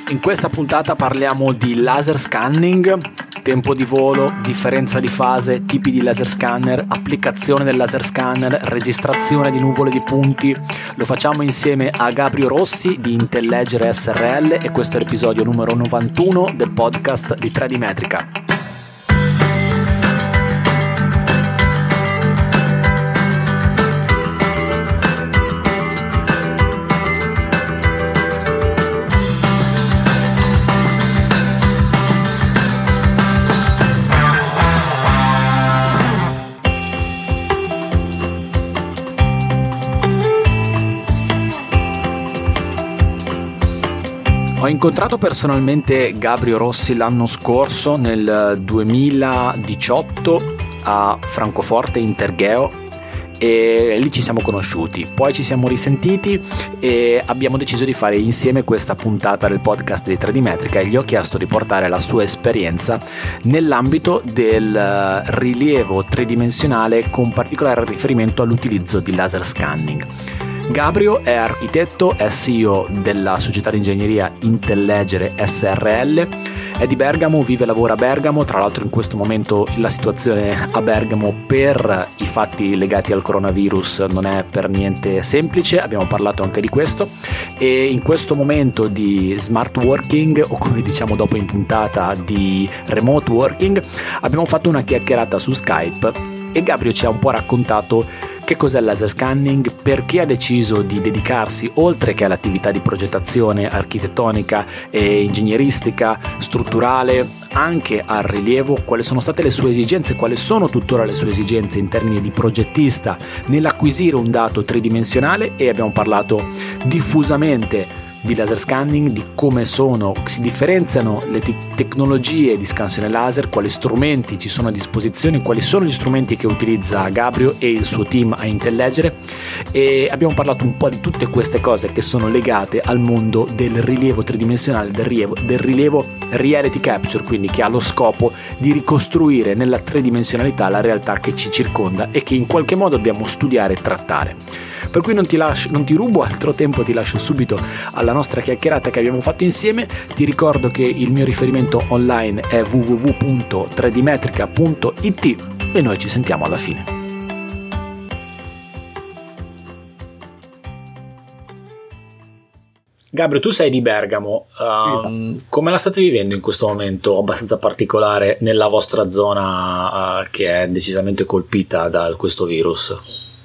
In questa puntata parliamo di laser scanning, tempo di volo, differenza di fase, tipi di laser scanner, applicazione del laser scanner, registrazione di nuvole di punti. Lo facciamo insieme a Gabrio Rossi di Intellegere SRL e questo è l'episodio numero 91 del podcast di 3D Metrica. Ho incontrato personalmente Gabrio Rossi l'anno scorso, nel 2018, a Francoforte Intergheo, e lì ci siamo conosciuti. Poi ci siamo risentiti e abbiamo deciso di fare insieme questa puntata del podcast di 3D Metrica e gli ho chiesto di portare la sua esperienza nell'ambito del rilievo tridimensionale, con particolare riferimento all'utilizzo di laser scanning. Gabrio è architetto, è CEO della società di ingegneria Intellegere SRL, è di Bergamo, vive e lavora a Bergamo. Tra l'altro in questo momento la situazione a Bergamo per i fatti legati al coronavirus non è per niente semplice, abbiamo parlato anche di questo, e in questo momento di smart working, o come diciamo dopo in puntata di remote working, abbiamo fatto una chiacchierata su Skype e Gabrio ci ha un po' raccontato che cos'è il laser scanning, perché ha deciso di dedicarsi, oltre che all'attività di progettazione architettonica e ingegneristica, strutturale, anche al rilievo, quali sono state le sue esigenze, quali sono tuttora le sue esigenze in termini di progettista nell'acquisire un dato tridimensionale, e abbiamo parlato diffusamente di laser scanning, di come si differenziano le tecnologie di scansione laser, quali strumenti ci sono a disposizione, quali sono gli strumenti che utilizza Gabrio e il suo team a Intellegere, e abbiamo parlato un po' di tutte queste cose che sono legate al mondo del rilievo tridimensionale, del rilievo reality capture, quindi che ha lo scopo di ricostruire nella tridimensionalità la realtà che ci circonda e che in qualche modo dobbiamo studiare e trattare. Per cui non ti rubo altro tempo, ti lascio subito alla nostra chiacchierata che abbiamo fatto insieme. Ti ricordo che il mio riferimento online è www.3dmetrica.it e noi ci sentiamo alla fine. Gabrio, tu sei di Bergamo, Esatto. Come la state vivendo in questo momento abbastanza particolare nella vostra zona che è decisamente colpita da questo virus?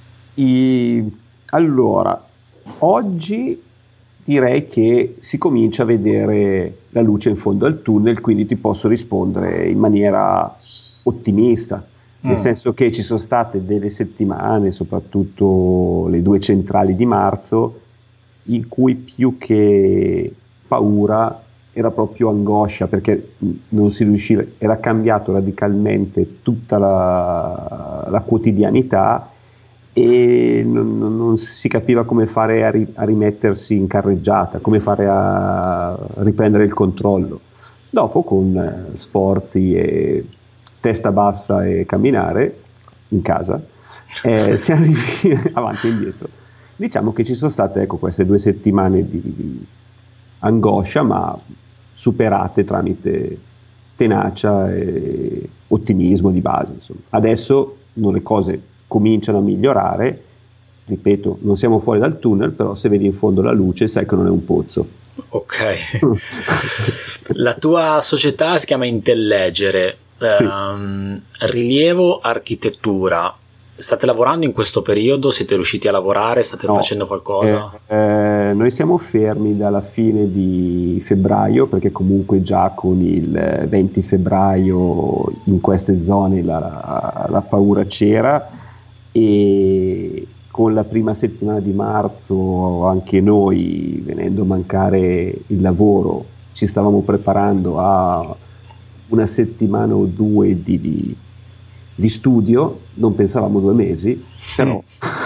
Allora, oggi direi che si comincia a vedere la luce in fondo al tunnel, quindi ti posso rispondere in maniera ottimista, nel senso che ci sono state delle settimane, soprattutto le 2 centrali di marzo, in cui più che paura era proprio angoscia, perché non si riusciva, era cambiato radicalmente tutta la quotidianità e non si capiva come fare a rimettersi in carreggiata, come fare a riprendere il controllo. Dopo, con sforzi e testa bassa e camminare in casa, siamo arrivati avanti e indietro. Diciamo che ci sono state, queste 2 settimane di angoscia, ma superate tramite tenacia e ottimismo di base, insomma. Adesso le cose cominciano a migliorare, ripeto, non siamo fuori dal tunnel, però se vedi in fondo la luce sai che non è un pozzo. Ok. La tua società si chiama Intellegere, Sì. Rilievo architettura. State lavorando in questo periodo? Siete riusciti a lavorare? State facendo qualcosa? Noi siamo fermi dalla fine di febbraio, perché comunque già con il 20 febbraio in queste zone la paura c'era, e con la prima settimana di marzo anche noi, venendo a mancare il lavoro, ci stavamo preparando a una settimana o 2 di studio. Non pensavamo 2 mesi, però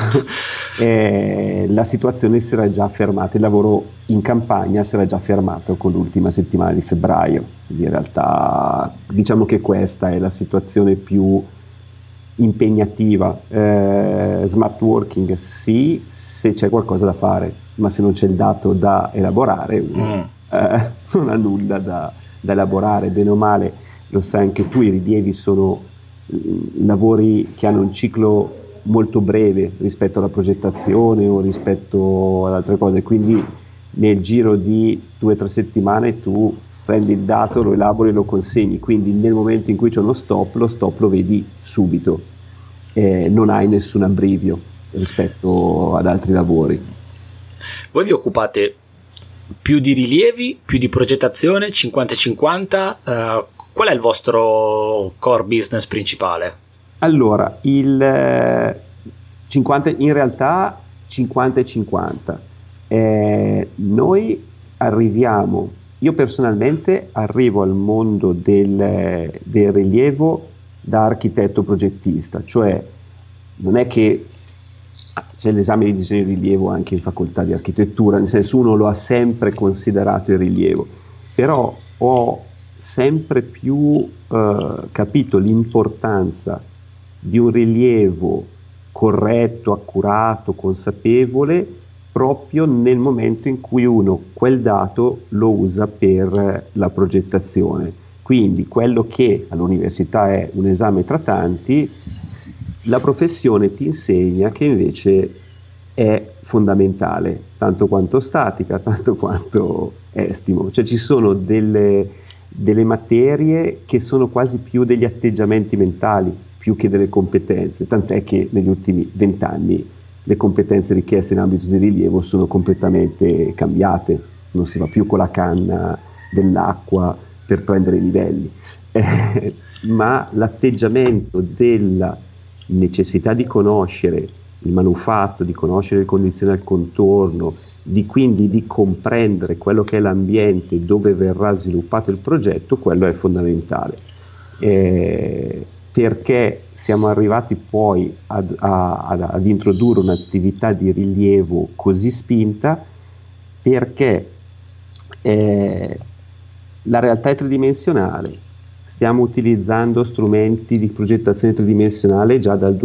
la situazione si era già fermata, il lavoro in campagna si era già fermato con l'ultima settimana di febbraio. Quindi in realtà diciamo che questa è la situazione più impegnativa. Smart working sì, se c'è qualcosa da fare, ma se non c'è il dato da elaborare, non ha nulla da elaborare. Bene o male, lo sai anche tu, i rilievi sono lavori che hanno un ciclo molto breve rispetto alla progettazione o rispetto ad altre cose, quindi nel giro di 2 o 3 settimane tu prendi il dato, lo elabori e lo consegni, quindi nel momento in cui c'è uno stop, lo stop lo vedi subito, non hai nessun abbrivio rispetto ad altri lavori. Voi vi occupate più di rilievi, più di progettazione, 50-50, qual è il vostro core business principale? Allora, il 50, in realtà 50 e 50. Noi arriviamo, io personalmente arrivo al mondo del rilievo da architetto progettista, cioè non è che c'è l'esame di disegno di rilievo anche in facoltà di architettura, nel senso uno lo ha sempre considerato il rilievo, però ho sempre più capito l'importanza di un rilievo corretto, accurato, consapevole, proprio nel momento in cui uno quel dato lo usa per la progettazione. Quindi quello che all'università è un esame tra tanti, la professione ti insegna che invece è fondamentale, tanto quanto statica, tanto quanto estimo. Cioè ci sono delle materie che sono quasi più degli atteggiamenti mentali, più che delle competenze, tant'è che negli ultimi 20 anni le competenze richieste in ambito di rilievo sono completamente cambiate, non si va più con la canna dell'acqua per prendere i livelli, ma l'atteggiamento della necessità di conoscere il manufatto, di conoscere le condizioni al contorno, quindi di comprendere quello che è l'ambiente dove verrà sviluppato il progetto, quello è fondamentale. Perché siamo arrivati poi ad introdurre un'attività di rilievo così spinta? Perché la realtà è tridimensionale, stiamo utilizzando strumenti di progettazione tridimensionale già dal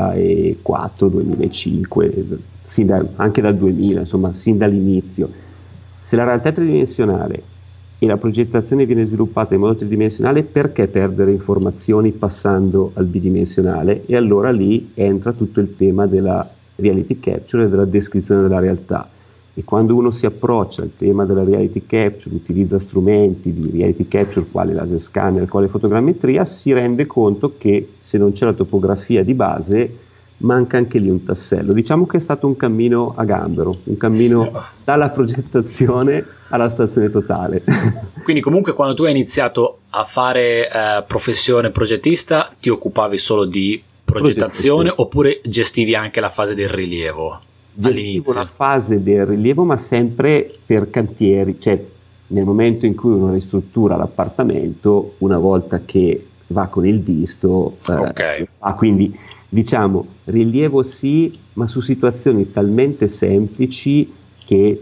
2004-2005, anche dal 2000, insomma, sin dall'inizio. Se la realtà è tridimensionale e la progettazione viene sviluppata in modo tridimensionale, perché perdere informazioni passando al bidimensionale? E allora lì entra tutto il tema della reality capture e della descrizione della realtà. E quando uno si approccia al tema della reality capture, utilizza strumenti di reality capture quale laser scanner, quale fotogrammetria, si rende conto che se non c'è la topografia di base manca anche lì un tassello. Diciamo che è stato un cammino a gambero, un cammino dalla progettazione alla stazione totale. Quindi comunque quando tu hai iniziato a fare professione progettista ti occupavi solo di progettazione oppure gestivi anche la fase del rilievo? Gestivo la fase del rilievo, ma sempre per cantieri, cioè nel momento in cui uno ristruttura l'appartamento, una volta che va con il disto, quindi diciamo rilievo sì, ma su situazioni talmente semplici che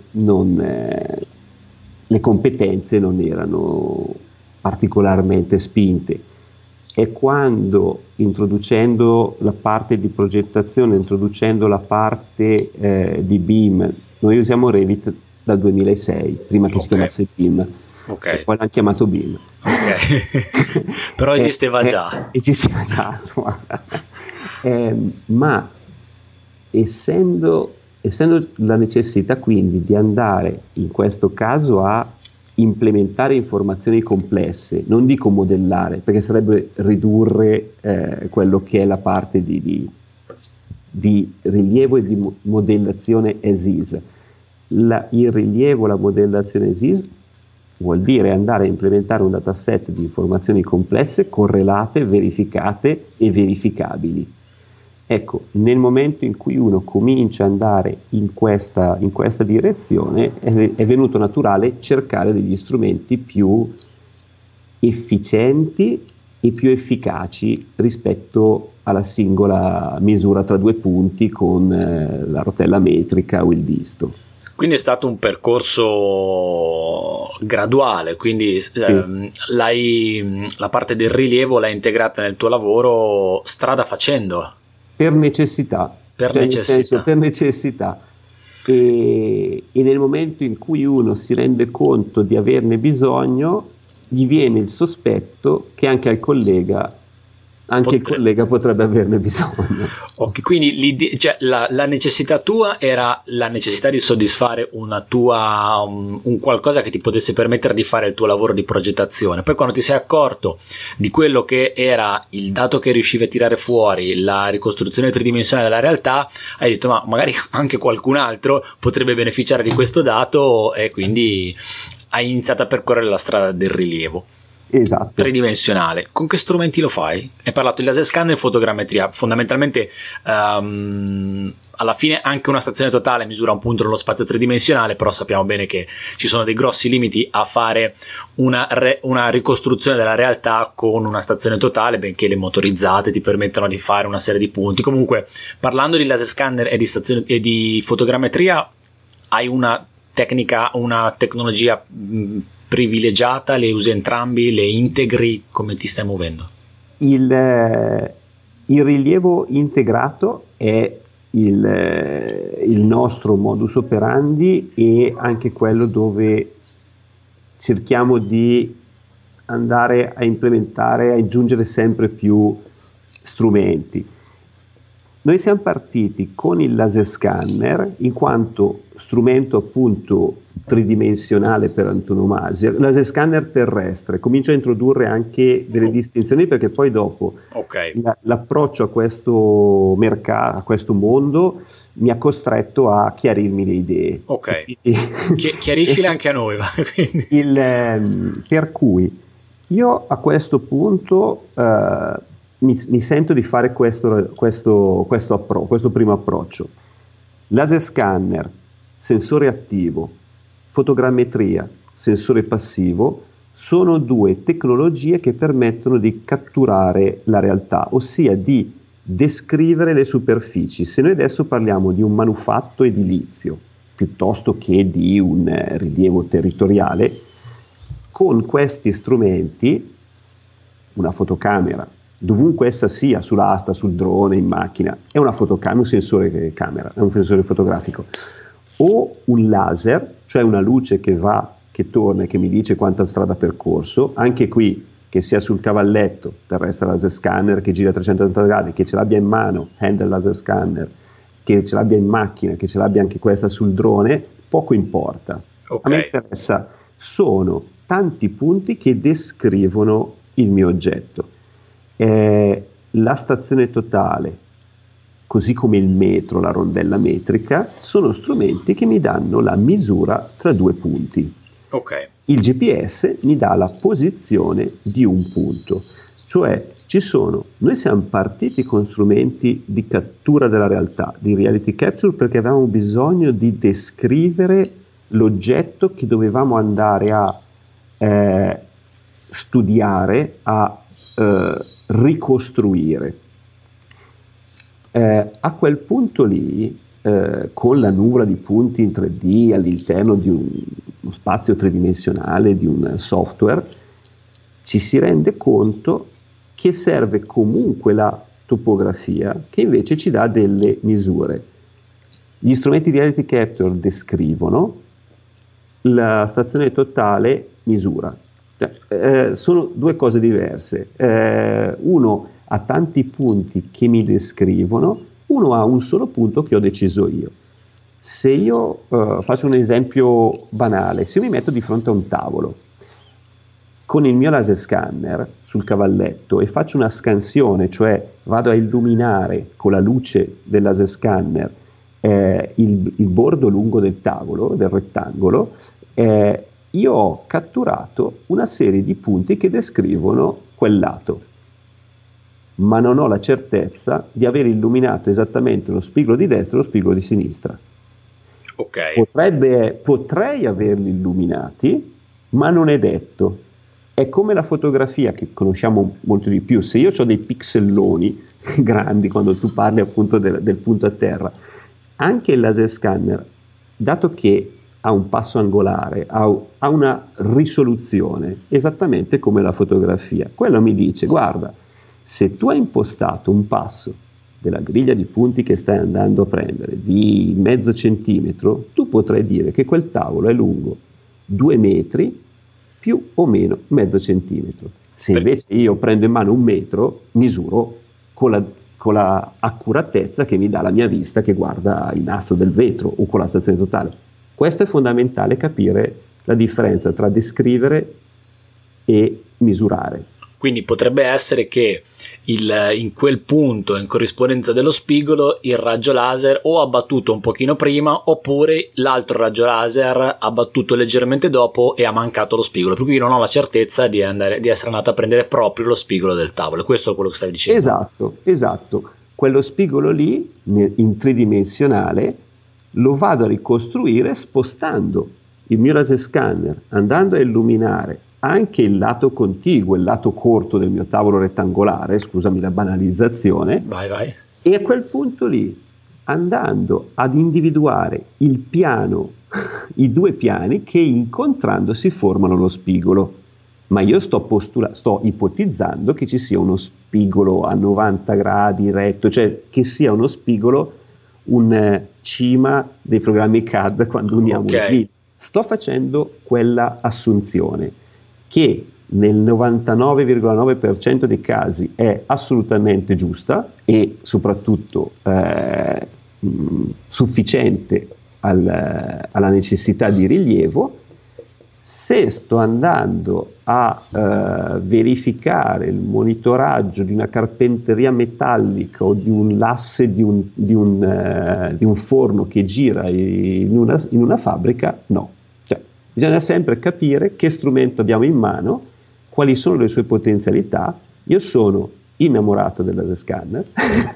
le competenze non erano particolarmente spinte. E quando introducendo la parte di progettazione, introducendo la parte di BIM, noi usiamo Revit dal 2006, prima che si chiamasse BIM, poi l'hanno chiamato BIM. Però esisteva già. Esisteva già, ma essendo la necessità quindi di andare in questo caso a implementare informazioni complesse, non dico modellare, perché sarebbe ridurre quello che è la parte di rilievo e di modellazione as is. Il rilievo, la modellazione as is vuol dire andare a implementare un dataset di informazioni complesse, correlate, verificate e verificabili. Ecco, nel momento in cui uno comincia ad andare in questa direzione, è venuto naturale cercare degli strumenti più efficienti e più efficaci rispetto alla singola misura tra due punti con la rotella metrica o il disto. Quindi è stato un percorso graduale, quindi la parte del rilievo l'hai integrata nel tuo lavoro strada facendo. Per necessità. Nel senso, per necessità. E nel momento in cui uno si rende conto di averne bisogno, gli viene il sospetto che anche il collega potrebbe averne bisogno. Okay, quindi la necessità tua era la necessità di soddisfare un qualcosa che ti potesse permettere di fare il tuo lavoro di progettazione. Poi quando ti sei accorto di quello che era il dato che riuscivi a tirare fuori, la ricostruzione tridimensionale della realtà, hai detto ma magari anche qualcun altro potrebbe beneficiare di questo dato, e quindi hai iniziato a percorrere la strada del rilievo. Esatto. Tridimensionale. Con che strumenti lo fai? Hai parlato di laser scanner e fotogrammetria. Fondamentalmente alla fine anche una stazione totale misura un punto nello spazio tridimensionale, però sappiamo bene che ci sono dei grossi limiti a fare una ricostruzione della realtà con una stazione totale, benché le motorizzate ti permettono di fare una serie di punti. Comunque, parlando di laser scanner e di fotogrammetria, hai una tecnologia privilegiata, le usi entrambi, le integri, come ti stai muovendo? Il rilievo integrato è il nostro modus operandi, e anche quello dove cerchiamo di andare a implementare, a aggiungere sempre più strumenti. Noi siamo partiti con il laser scanner in quanto strumento appunto tridimensionale per antonomasia, laser scanner terrestre. Comincio a introdurre anche delle distinzioni, perché poi dopo l'approccio a questo mercato, a questo mondo, mi ha costretto a chiarirmi le idee. Chiariscile anche a noi. Per cui io a questo punto mi sento di fare questo primo approccio. Laser scanner, sensore attivo, fotogrammetria, sensore passivo, sono due tecnologie che permettono di catturare la realtà, ossia di descrivere le superfici. Se noi adesso parliamo di un manufatto edilizio piuttosto che di un rilievo territoriale, con questi strumenti, una fotocamera, dovunque essa sia, sull'asta, sul drone, in macchina, è una fotocamera, un sensore camera, è un sensore fotografico, o un laser, cioè una luce che va, che torna e che mi dice quanta strada percorso, anche qui, che sia sul cavalletto, terrestre laser scanner che gira a 380 gradi, che ce l'abbia in mano, handle laser scanner, che ce l'abbia in macchina, che ce l'abbia anche questa sul drone, poco importa. A me interessa, sono tanti punti che descrivono il mio oggetto. La stazione totale, così come il metro, la rondella metrica, sono strumenti che mi danno la misura tra due punti. Il GPS mi dà la posizione di un punto, cioè noi siamo partiti con strumenti di cattura della realtà, di reality capture, perché avevamo bisogno di descrivere l'oggetto che dovevamo andare a studiare, a ricostruire. A quel punto lì, con la nuvola di punti in 3D all'interno di uno spazio tridimensionale, di un software, ci si rende conto che serve comunque la topografia, che invece ci dà delle misure. Gli strumenti di reality capture descrivono, la stazione totale misura. Sono due cose diverse. Uno ha tanti punti che mi descrivono, uno ha un solo punto che ho deciso io. Se io faccio un esempio banale, se io mi metto di fronte a un tavolo con il mio laser scanner sul cavalletto e faccio una scansione, cioè vado a illuminare con la luce del laser scanner il bordo lungo del tavolo, del rettangolo, io ho catturato una serie di punti che descrivono quel lato, ma non ho la certezza di aver illuminato esattamente lo spigolo di destra e lo spigolo di sinistra. Potrei averli illuminati, ma non è detto. È come la fotografia, che conosciamo molto di più. Se io ho dei pixelloni grandi, quando tu parli appunto del punto a terra, anche il laser scanner, dato che ha un passo angolare, ha una risoluzione, esattamente come la fotografia. Quello mi dice, guarda, se tu hai impostato un passo della griglia di punti che stai andando a prendere di mezzo centimetro, tu potrai dire che quel tavolo è lungo 2 metri più o meno mezzo centimetro. Se invece io prendo in mano 1 metro, misuro con la accuratezza che mi dà la mia vista che guarda il nastro del vetro o con la stazione totale. Questo è fondamentale, capire la differenza tra descrivere e misurare. Quindi potrebbe essere che in quel punto, in corrispondenza dello spigolo, il raggio laser o ha battuto un pochino prima, oppure l'altro raggio laser ha battuto leggermente dopo e ha mancato lo spigolo, per cui io non ho la certezza di essere andato a prendere proprio lo spigolo del tavolo. Questo è quello che stavi dicendo. Esatto. Quello spigolo lì, in tridimensionale, lo vado a ricostruire spostando il mio laser scanner, andando a illuminare anche il lato contiguo, il lato corto del mio tavolo rettangolare, scusami la banalizzazione, vai. E a quel punto lì, andando ad individuare il piano, i 2 piani che incontrandosi formano lo spigolo. Ma io sto ipotizzando che ci sia uno spigolo a 90 gradi retto, cioè che sia uno spigolo, un cima dei programmi CAD quando uniamo le linee. Sto facendo quella assunzione che nel 99,9% dei casi è assolutamente giusta e soprattutto sufficiente alla necessità di rilievo. Se sto andando a verificare il monitoraggio di una carpenteria metallica o di un l'asse di un forno che gira in una fabbrica, no. Bisogna sempre capire che strumento abbiamo in mano, quali sono le sue potenzialità. Io sono innamorato del laser scanner,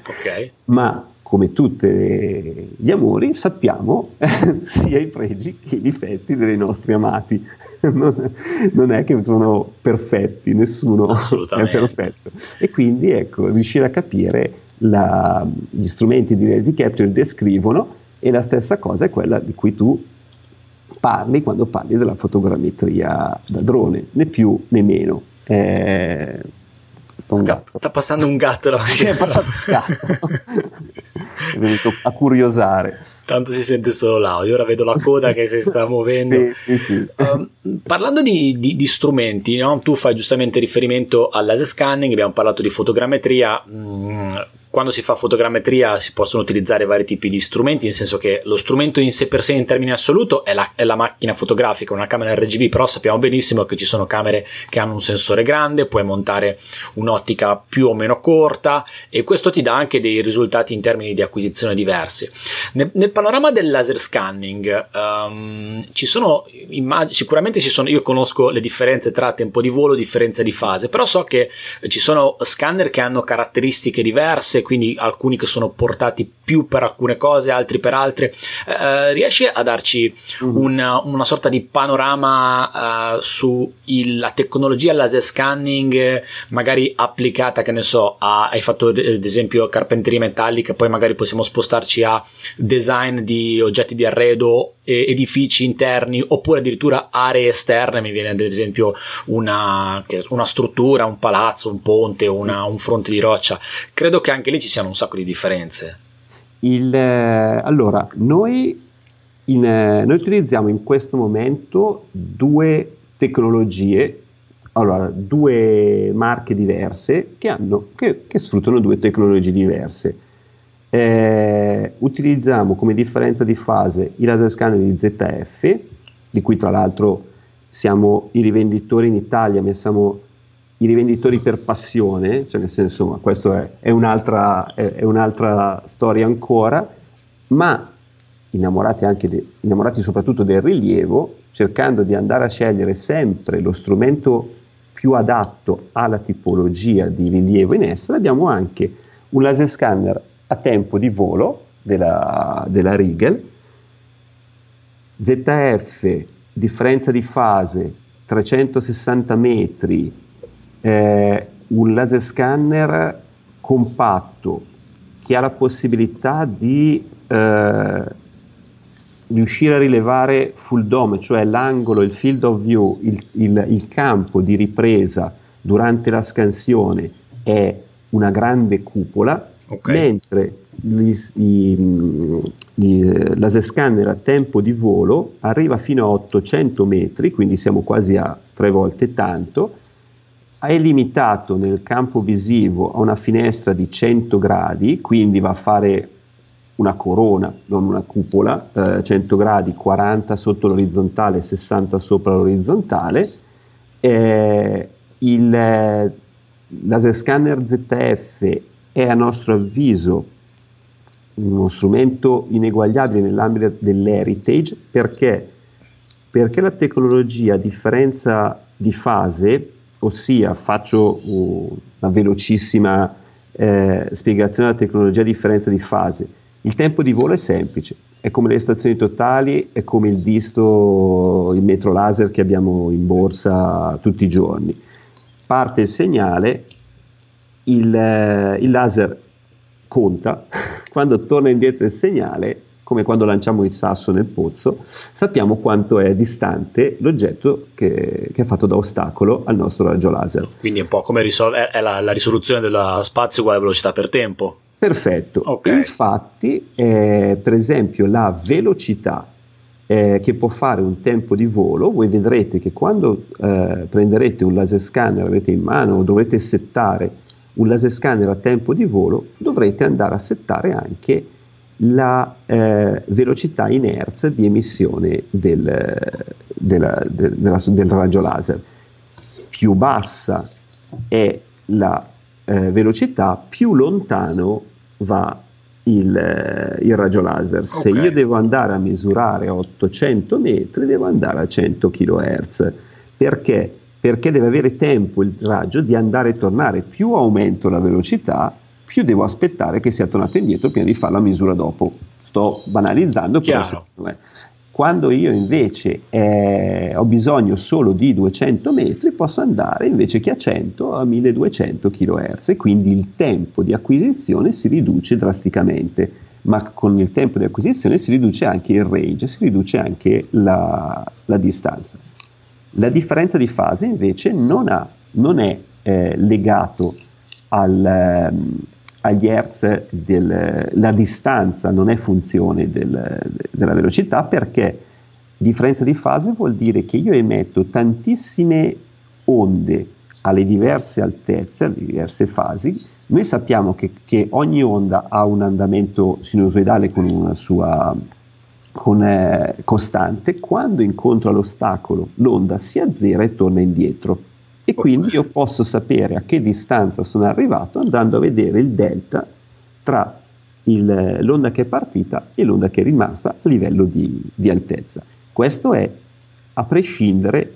ma come tutti gli amori sappiamo sia i pregi che i difetti dei nostri amati. Non è che sono perfetti, nessuno è perfetto. E quindi riuscire a capire gli strumenti di reality capture descrivono, e la stessa cosa è quella di cui tu parli quando parli della fotogrammetria da drone, né più né meno. Sta passando un gatto davanti. È passato un gatto. È venuto a curiosare. Tanto si sente solo l'audio, ora vedo la coda che si sta muovendo. Sì. Parlando di strumenti, no? Tu fai giustamente riferimento al laser scanning, abbiamo parlato di fotogrammetria. Quando si fa fotogrammetria si possono utilizzare vari tipi di strumenti, nel senso che lo strumento in sé per sé in termini assoluto è la macchina fotografica, una camera RGB, però sappiamo benissimo che ci sono camere che hanno un sensore grande, puoi montare un'ottica più o meno corta e questo ti dà anche dei risultati in termini di acquisizione diversi. Nel panorama del laser scanning ci sono sicuramente io conosco le differenze tra tempo di volo, differenza di fase, però so che ci sono scanner che hanno caratteristiche diverse, quindi alcuni che sono portati più per alcune cose, altri per altre. Riesci a darci una sorta di panorama sulla tecnologia laser scanning, magari applicata, che ne so, hai fatto ad esempio carpenteria metallica, poi magari possiamo spostarci a design di oggetti di arredo, edifici interni, oppure addirittura aree esterne. Mi viene ad esempio una struttura, un palazzo, un ponte, un fronte di roccia. Credo che anche lì ci siano un sacco di differenze. Allora, noi utilizziamo in questo momento 2 tecnologie, allora 2 marche diverse che sfruttano 2 tecnologie diverse. Utilizziamo come differenza di fase i laser scanner di ZF, di cui tra l'altro siamo i rivenditori in Italia, ma siamo i rivenditori per passione, cioè nel senso, ma questo è un'altra storia ancora, ma innamorati soprattutto del rilievo, cercando di andare a scegliere sempre lo strumento più adatto alla tipologia di rilievo in essere. Abbiamo anche un laser scanner a tempo di volo della Rigel, ZF, differenza di fase 360 metri, un laser scanner compatto che ha la possibilità di riuscire a rilevare full dome, cioè l'angolo, il field of view, il campo di ripresa durante la scansione è una grande cupola, mentre laser scanner a tempo di volo arriva fino a 800 metri, quindi siamo quasi a 3 volte tanto, è limitato nel campo visivo a una finestra di 100 gradi, quindi va a fare una corona, non una cupola, 100 gradi, 40 sotto l'orizzontale, 60 sopra l'orizzontale. Il laser scanner ZF è a nostro avviso uno strumento ineguagliabile nell'ambito dell'heritage perché la tecnologia, a differenza di fase, ossia faccio una velocissima spiegazione della tecnologia a differenza di fase. Il tempo di volo è semplice, è come le stazioni totali, è come il disto, il metro laser che abbiamo in borsa tutti i giorni. Parte il segnale, il laser conta, quando torna indietro il segnale, come quando lanciamo il sasso nel pozzo, sappiamo quanto è distante l'oggetto che è fatto da ostacolo al nostro raggio laser. Quindi è un po' come è la risoluzione dello spazio uguale velocità per tempo. Perfetto. Infatti, per esempio, la velocità che può fare un tempo di volo, voi vedrete che quando prenderete un laser scanner, avete in mano o dovrete settare un laser scanner a tempo di volo, dovrete andare a settare anche la velocità inerzia di emissione del raggio laser. Più bassa è la velocità, più lontano va il raggio laser. Se io devo andare a misurare a 800 metri, devo andare a 100 kHz. Perché? Perché deve avere tempo il raggio di andare e tornare. Più aumento la velocità, più devo aspettare che sia tornato indietro prima di fare la misura dopo. Sto banalizzando, però quando io invece ho bisogno solo di 200 metri, posso andare invece che a 100 a 1200 kHz e quindi il tempo di acquisizione si riduce drasticamente, ma con il tempo di acquisizione si riduce anche il range, si riduce anche la distanza. La differenza di fase invece non è legato agli hertz, la distanza non è funzione della velocità, perché differenza di fase vuol dire che io emetto tantissime onde alle diverse altezze, alle diverse fasi. Noi sappiamo che ogni onda ha un andamento sinusoidale con una sua costante. Quando incontra l'ostacolo l'onda si azzera e torna indietro. E quindi io posso sapere a che distanza sono arrivato andando a vedere il delta tra l'onda che è partita e l'onda che è rimasta a livello di altezza. Questo è a prescindere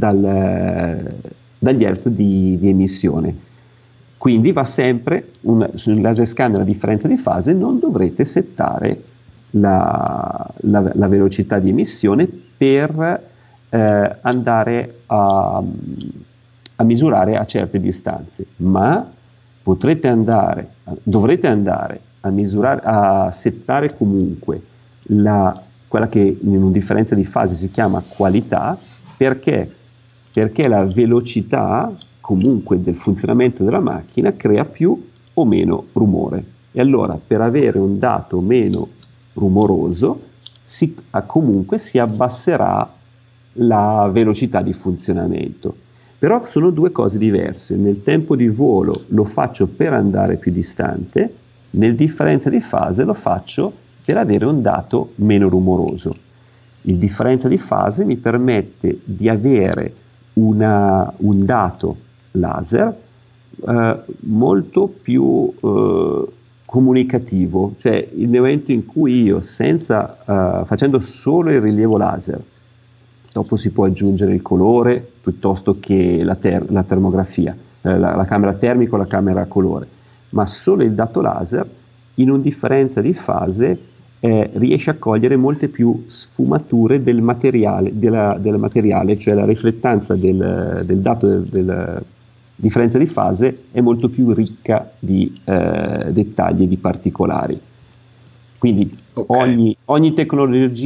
dagli hertz di emissione. Quindi va sempre, sul laser scanner a differenza di fase non dovrete settare la velocità di emissione per andare a misurare a certe distanze, ma dovrete andare a misurare, a settare comunque quella che in una differenza di fase si chiama qualità, perché la velocità comunque del funzionamento della macchina crea più o meno rumore, e allora per avere un dato meno rumoroso comunque si abbasserà la velocità di funzionamento. Però sono due cose diverse. Nel tempo di volo lo faccio per andare più distante, nel differenza di fase lo faccio per avere un dato meno rumoroso. Il differenza di fase mi permette di avere un dato laser molto più comunicativo, cioè il momento in cui io facendo solo il rilievo laser, dopo si può aggiungere il colore piuttosto che la termografia, la camera termica o la camera colore, ma solo il dato laser in un differenza di fase riesce a cogliere molte più sfumature del materiale, cioè la riflettanza del dato della differenza di fase è molto più ricca di dettagli e di particolari. Quindi ogni tecnologia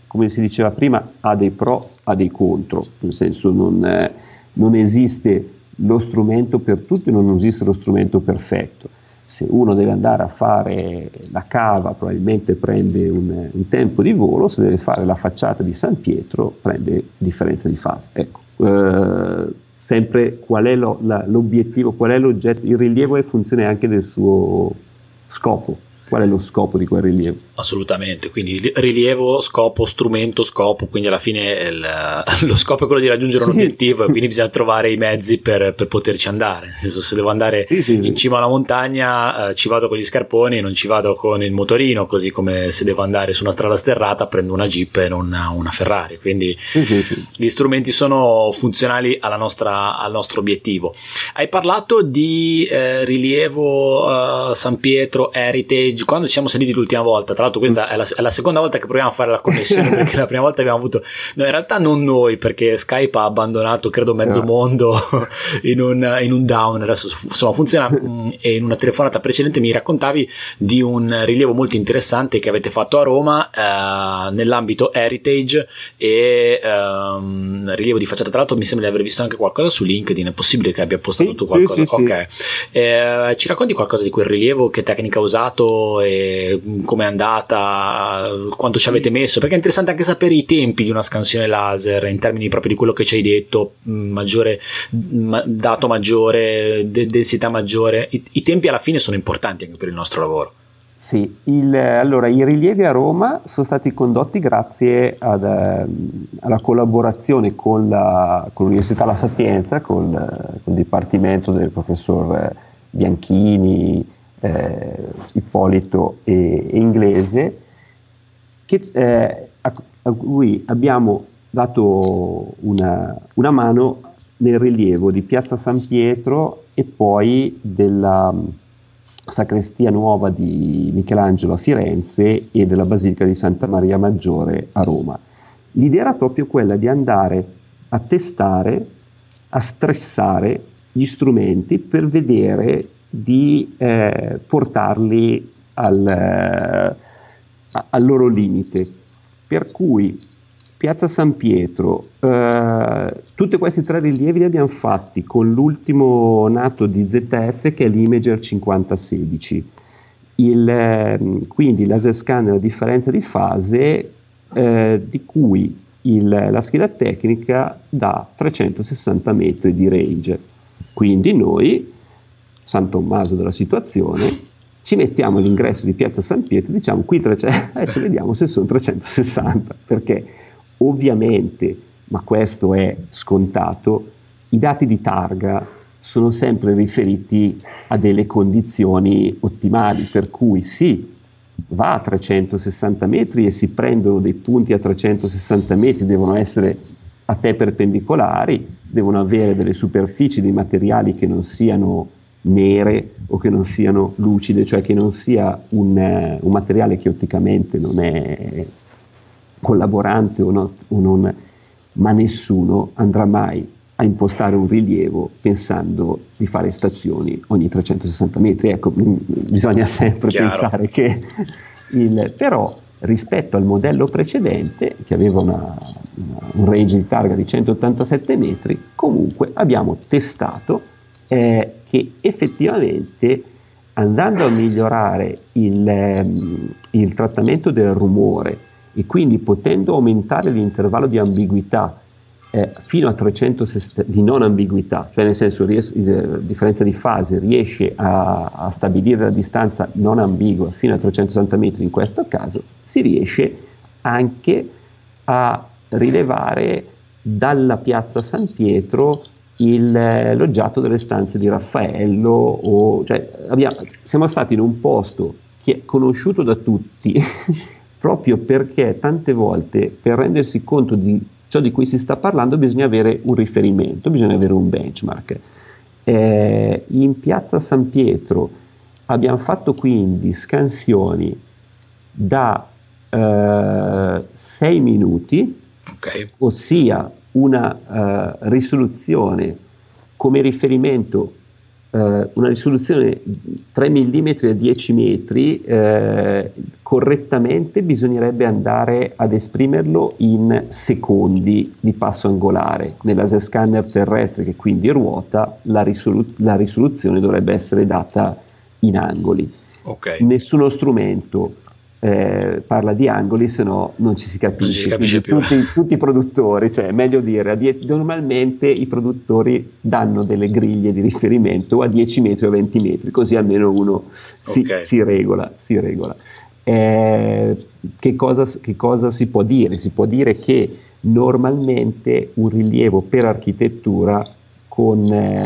come si diceva prima, ha dei pro, ha dei contro, nel senso non esiste lo strumento per tutti, non esiste lo strumento perfetto. Se uno deve andare a fare la cava probabilmente prende un tempo di volo, se deve fare la facciata di San Pietro prende differenza di fase. Ecco, sempre qual è l'obiettivo, qual è l'oggetto, il rilievo è funzione anche del suo scopo. Qual è lo scopo di quel rilievo? Assolutamente, quindi rilievo, scopo, strumento, scopo, quindi alla fine lo scopo è quello di raggiungere un obiettivo e quindi bisogna trovare i mezzi per poterci andare, nel senso, se devo andare in cima a una montagna ci vado con gli scarponi, non ci vado con il motorino, così come se devo andare su una strada sterrata prendo una Jeep e non una Ferrari, quindi gli strumenti sono funzionali al nostro obiettivo. Hai parlato di rilievo San Pietro, Heritage. Quando ci siamo sentiti l'ultima volta, tra l'altro questa è la seconda volta che proviamo a fare la connessione, perché la prima volta abbiamo avuto, no, in realtà non noi, perché Skype ha abbandonato credo mezzo mondo in un down, adesso insomma funziona. E in una telefonata precedente mi raccontavi di un rilievo molto interessante che avete fatto a Roma nell'ambito Heritage e rilievo di facciata. Tra l'altro mi sembra di aver visto anche qualcosa su LinkedIn, è possibile che abbia postato tu qualcosa? Ok. Ci racconti qualcosa di quel rilievo, che tecnica ha usato e come è andata, quanto ci avete messo, perché è interessante anche sapere i tempi di una scansione laser in termini proprio di quello che ci hai detto, dato maggiore, densità maggiore. I tempi alla fine sono importanti anche per il nostro lavoro. Sì, allora i rilievi a Roma sono stati condotti grazie alla collaborazione con l'Università La Sapienza, con il Dipartimento del professor Bianchini, Ippolito e Inglese, a cui abbiamo dato una mano nel rilievo di Piazza San Pietro e poi della Sacrestia Nuova di Michelangelo a Firenze e della Basilica di Santa Maria Maggiore a Roma. L'idea era proprio quella di andare a testare, a stressare gli strumenti per vedere di portarli al loro limite, per cui Piazza San Pietro, tutti questi tre rilievi li abbiamo fatti con l'ultimo nato di ZF, che è l'Imager 5016, quindi laser scanner a differenza di fase, di cui la scheda tecnica dà 360 metri di range. Quindi noi, San Tommaso della situazione, ci mettiamo all'ingresso di Piazza San Pietro e diciamo qui adesso vediamo se sono 360, perché ovviamente, ma questo è scontato, i dati di targa sono sempre riferiti a delle condizioni ottimali, per cui sì, va a 360 metri e si prendono dei punti a 360 metri, devono essere a te perpendicolari, devono avere delle superfici, dei materiali che non siano nere o che non siano lucide, cioè che non sia un materiale che otticamente non è collaborante o non, ma nessuno andrà mai a impostare un rilievo pensando di fare stazioni ogni 360 metri. Ecco, bisogna sempre pensare che però rispetto al modello precedente, che aveva un range di targa di 187 metri, comunque abbiamo testato che effettivamente, andando a migliorare il trattamento del rumore e quindi potendo aumentare l'intervallo di ambiguità fino a 360 di non ambiguità, cioè nel senso differenza di fase, riesce a stabilire la distanza non ambigua fino a 360 metri, in questo caso si riesce anche a rilevare dalla Piazza San Pietro l'oggiato delle stanze di Raffaello, siamo stati in un posto che è conosciuto da tutti proprio perché tante volte, per rendersi conto di ciò di cui si sta parlando, bisogna avere un riferimento, bisogna avere un benchmark. In Piazza San Pietro abbiamo fatto quindi scansioni da 6 minuti, ossia una risoluzione come riferimento una risoluzione 3 mm a 10 metri, correttamente bisognerebbe andare ad esprimerlo in secondi di passo angolare. Nel laser scanner terrestre, che quindi ruota, la risoluzione dovrebbe essere data in angoli. Okay. Nessuno strumento parla di angoli, se no non ci si capisce. Tutti i produttori, cioè meglio dire, normalmente i produttori danno delle griglie di riferimento a 10 metri o 20 metri, così almeno uno si regola. Che cosa si può dire? Si può dire che normalmente un rilievo per architettura con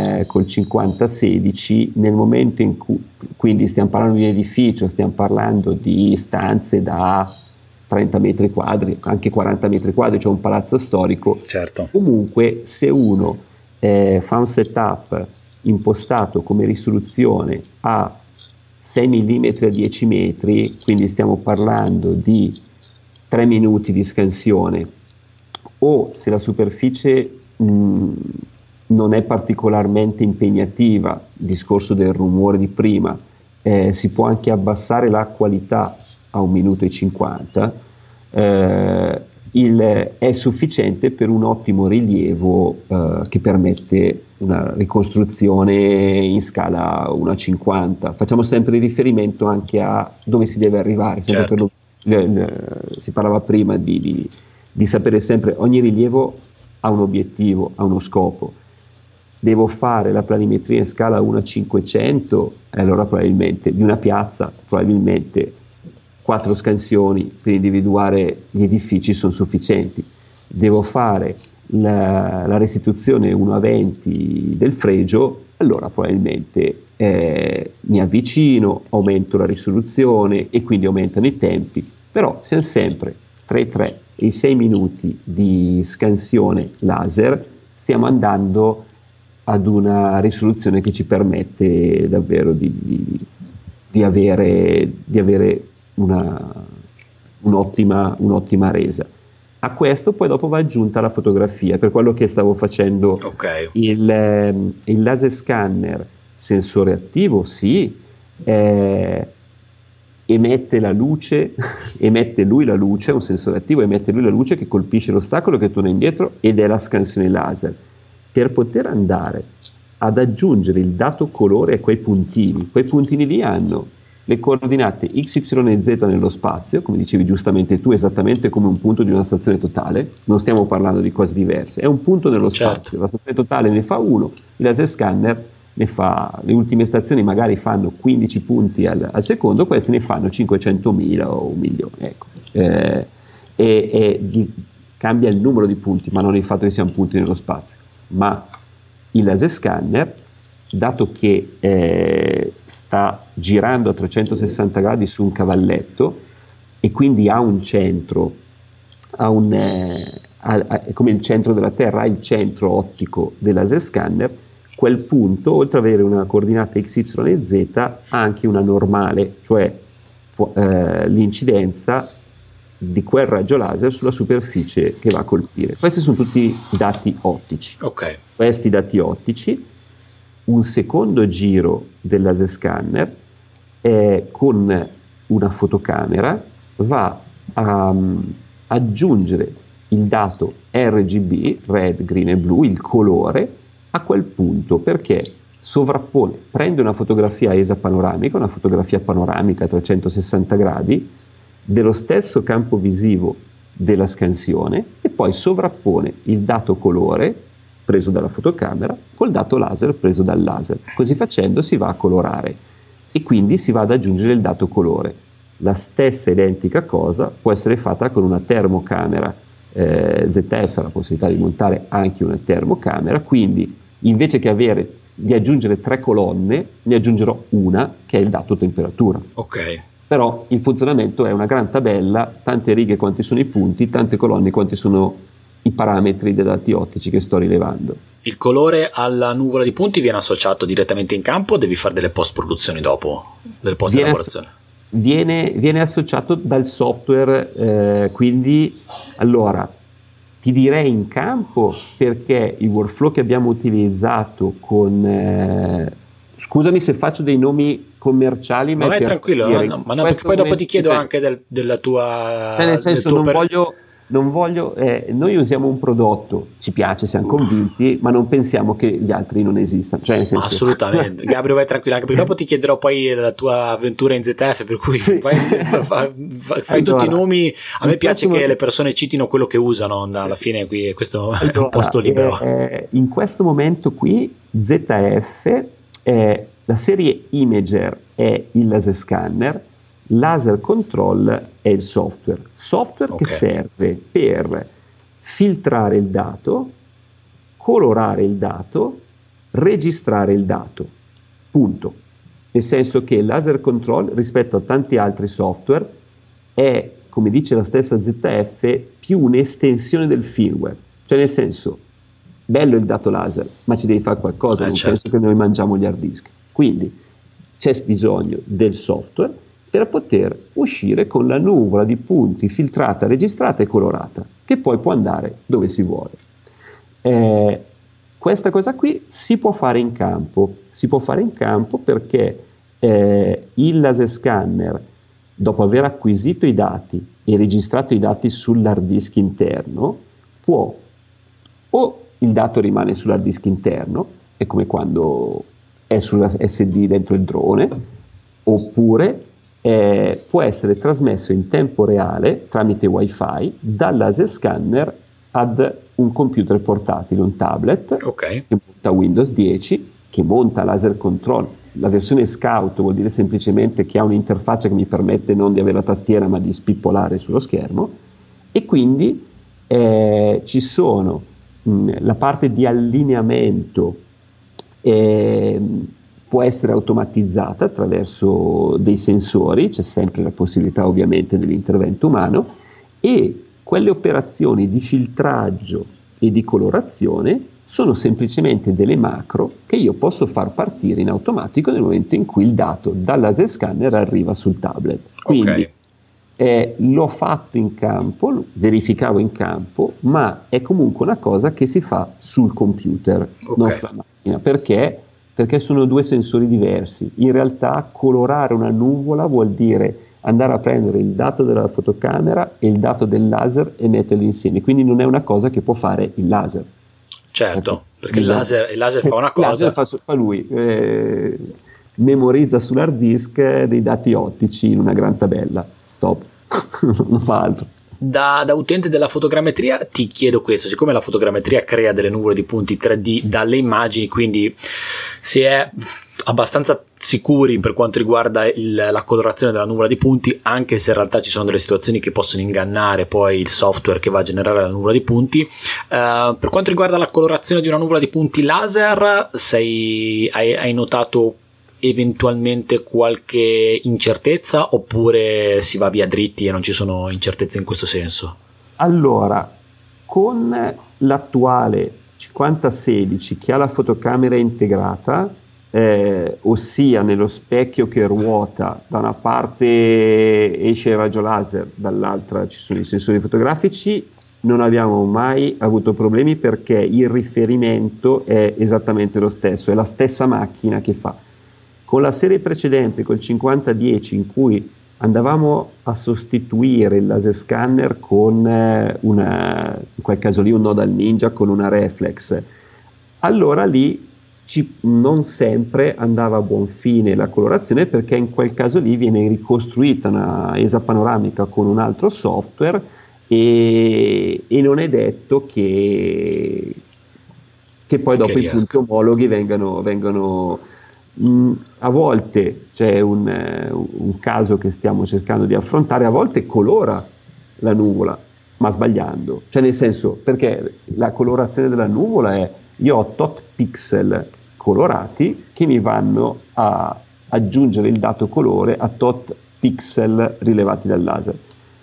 50-16, nel momento in cui, quindi stiamo parlando di un edificio, stiamo parlando di stanze da 30 metri quadri, anche 40 metri quadri, cioè un palazzo storico, certo. Comunque se uno fa un setup impostato come risoluzione a 6 mm a 10 metri, quindi stiamo parlando di 3 minuti di scansione, o se la superficie non è particolarmente impegnativa, discorso del rumore di prima, si può anche abbassare la qualità a 1 minuto e 50, è sufficiente per un ottimo rilievo che permette una ricostruzione in scala 1:50. Facciamo sempre riferimento anche a dove si deve arrivare, certo. Si parlava prima di sapere sempre, ogni rilievo ha un obiettivo, ha uno scopo. Devo fare la planimetria in scala 1:500, allora probabilmente di una piazza, probabilmente 4 scansioni per individuare gli edifici sono sufficienti. Devo fare la restituzione 1:20 del fregio, allora probabilmente mi avvicino, aumento la risoluzione e quindi aumentano i tempi, però siamo sempre tra i 3 e i 6 minuti di scansione laser, stiamo andando ad una risoluzione che ci permette davvero di avere un'ottima resa. A questo poi dopo va aggiunta la fotografia, per quello che stavo facendo. Okay. Il laser scanner sensore attivo, sì, emette la luce, emette lui la luce, un sensore attivo emette lui la luce che colpisce l'ostacolo che torna indietro ed è la scansione laser. Per poter andare ad aggiungere il dato colore a quei puntini lì hanno le coordinate x, y e z nello spazio, come dicevi giustamente tu, esattamente come un punto di una stazione totale. Non stiamo parlando di cose diverse, è un punto nello spazio. La stazione totale ne fa uno, il laser scanner ne fa, le ultime stazioni magari fanno 15 punti al secondo, queste ne fanno 500.000 o 1 milione, ecco. Cambia il numero di punti, ma non il fatto che siano punti nello spazio. Ma il laser scanner, dato che sta girando a 360 gradi su un cavalletto e quindi ha un centro, come il centro della Terra, ha il centro ottico del laser scanner, quel punto, oltre ad avere una coordinata x, y e z, ha anche una normale, cioè l'incidenza di quel raggio laser sulla superficie che va a colpire. Questi sono tutti dati ottici. Okay. Questi dati ottici, un secondo giro del laser scanner con una fotocamera va a aggiungere il dato RGB, red, green e blu, il colore, a quel punto, perché sovrappone, prende una fotografia ESA panoramica, una fotografia panoramica a 360 gradi dello stesso campo visivo della scansione e poi sovrappone il dato colore preso dalla fotocamera col dato laser preso dal laser. Così facendo si va a colorare e quindi si va ad aggiungere il dato colore. La stessa identica cosa può essere fatta con una termocamera ZF, la possibilità di montare anche una termocamera, quindi invece che di aggiungere 3 colonne ne aggiungerò una che è il dato temperatura. Ok. Però il funzionamento è una gran tabella, tante righe quanti sono i punti, tante colonne quanti sono i parametri dei dati ottici che sto rilevando. Il colore alla nuvola di punti viene associato direttamente in campo o devi fare delle post produzioni dopo, delle post elaborazioni? Viene associato dal software, quindi allora ti direi in campo perché il workflow che abbiamo utilizzato con Scusami se faccio dei nomi commerciali, ma vai tranquillo, ma no, perché poi dopo ti chiedo anche della tua, cioè nel senso non voglio noi usiamo un prodotto, ci piace, siamo convinti, ma non pensiamo che gli altri non esistano, cioè nel senso... Assolutamente. Gabriele, vai tranquillo, anche perché dopo ti chiederò poi la tua avventura in ZF, per cui fai allora, tutti i nomi. A me piace che le persone citino quello che usano, alla fine qui questo è un posto libero. In questo momento qui ZF la serie Imager è il laser scanner, Laser Control è il software che serve per filtrare il dato, colorare il dato, registrare il dato, punto. Nel senso che il Laser Control rispetto a tanti altri software è, come dice la stessa ZF, più un'estensione del firmware, cioè nel senso, bello il dato laser, ma ci devi fare qualcosa, non penso che noi mangiamo gli hard disk, quindi c'è bisogno del software per poter uscire con la nuvola di punti filtrata, registrata e colorata, che poi può andare dove si vuole. Questa cosa qui si può fare in campo perché il laser scanner, dopo aver acquisito i dati e registrato i dati sull'hard disk interno, può, o il dato rimane sull'hard disk interno, è come quando è sulla SD dentro il drone, oppure può essere trasmesso in tempo reale tramite wifi dal laser scanner ad un computer portatile, un tablet che monta Windows 10, che monta Laser Control. La versione Scout vuol dire semplicemente che ha un'interfaccia che mi permette non di avere la tastiera ma di spippolare sullo schermo, e quindi ci sono la parte di allineamento può essere automatizzata attraverso dei sensori, c'è sempre la possibilità ovviamente dell'intervento umano, e quelle operazioni di filtraggio e di colorazione sono semplicemente delle macro che io posso far partire in automatico nel momento in cui il dato dal laser scanner arriva sul tablet. Quindi l'ho fatto in campo, verificavo in campo, ma è comunque una cosa che si fa sul computer, non sulla macchina, perché sono due sensori diversi. In realtà colorare una nuvola vuol dire andare a prendere il dato della fotocamera e il dato del laser e metterli insieme, quindi non è una cosa che può fare il laser. Certo, perché il laser fa una cosa. Il laser fa lui, memorizza sull'hard disk dei dati ottici in una gran tabella, stop, non fa altro. Da utente della fotogrammetria ti chiedo questo: siccome la fotogrammetria crea delle nuvole di punti 3D dalle immagini, quindi si è abbastanza sicuri per quanto riguarda la colorazione della nuvola di punti, anche se in realtà ci sono delle situazioni che possono ingannare poi il software che va a generare la nuvola di punti. Per quanto riguarda la colorazione di una nuvola di punti laser, hai notato eventualmente qualche incertezza, oppure si va via dritti e non ci sono incertezze in questo senso? Allora, con l'attuale 5016 che ha la fotocamera integrata, ossia nello specchio che ruota, da una parte esce il raggio laser, dall'altra ci sono i sensori fotografici, non abbiamo mai avuto problemi perché il riferimento è esattamente lo stesso, è la stessa macchina che fa. Con la serie precedente, col 5010, in cui andavamo a sostituire il laser scanner con in quel caso lì un Nodal Ninja con una reflex, allora lì non sempre andava a buon fine la colorazione, perché in quel caso lì viene ricostruita una ESA panoramica con un altro software e non è detto che poi dopo i punti omologhi vengano a volte c'è un caso che stiamo cercando di affrontare, a volte colora la nuvola ma sbagliando, cioè nel senso, perché la colorazione della nuvola è: io ho tot pixel colorati che mi vanno a aggiungere il dato colore a tot pixel rilevati dal laser.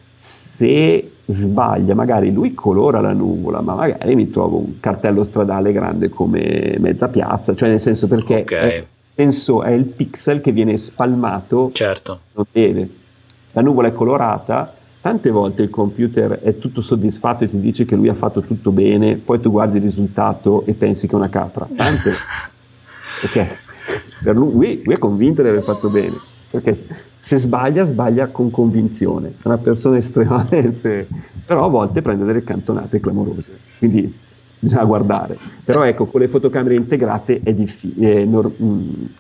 Se sbaglia, magari lui colora la nuvola, ma magari mi trovo un cartello stradale grande come mezza piazza, cioè nel senso, perché senso è il pixel che viene spalmato, certo. Non deve. La nuvola è colorata, tante volte il computer è tutto soddisfatto e ti dice che lui ha fatto tutto bene, poi tu guardi il risultato e pensi che è una capra. Tante. Per lui è convinto di aver fatto bene, perché se sbaglia con convinzione, è una persona estremamente, però a volte prende delle cantonate clamorose, quindi bisogna guardare. Però ecco, con le fotocamere integrate è difficile, non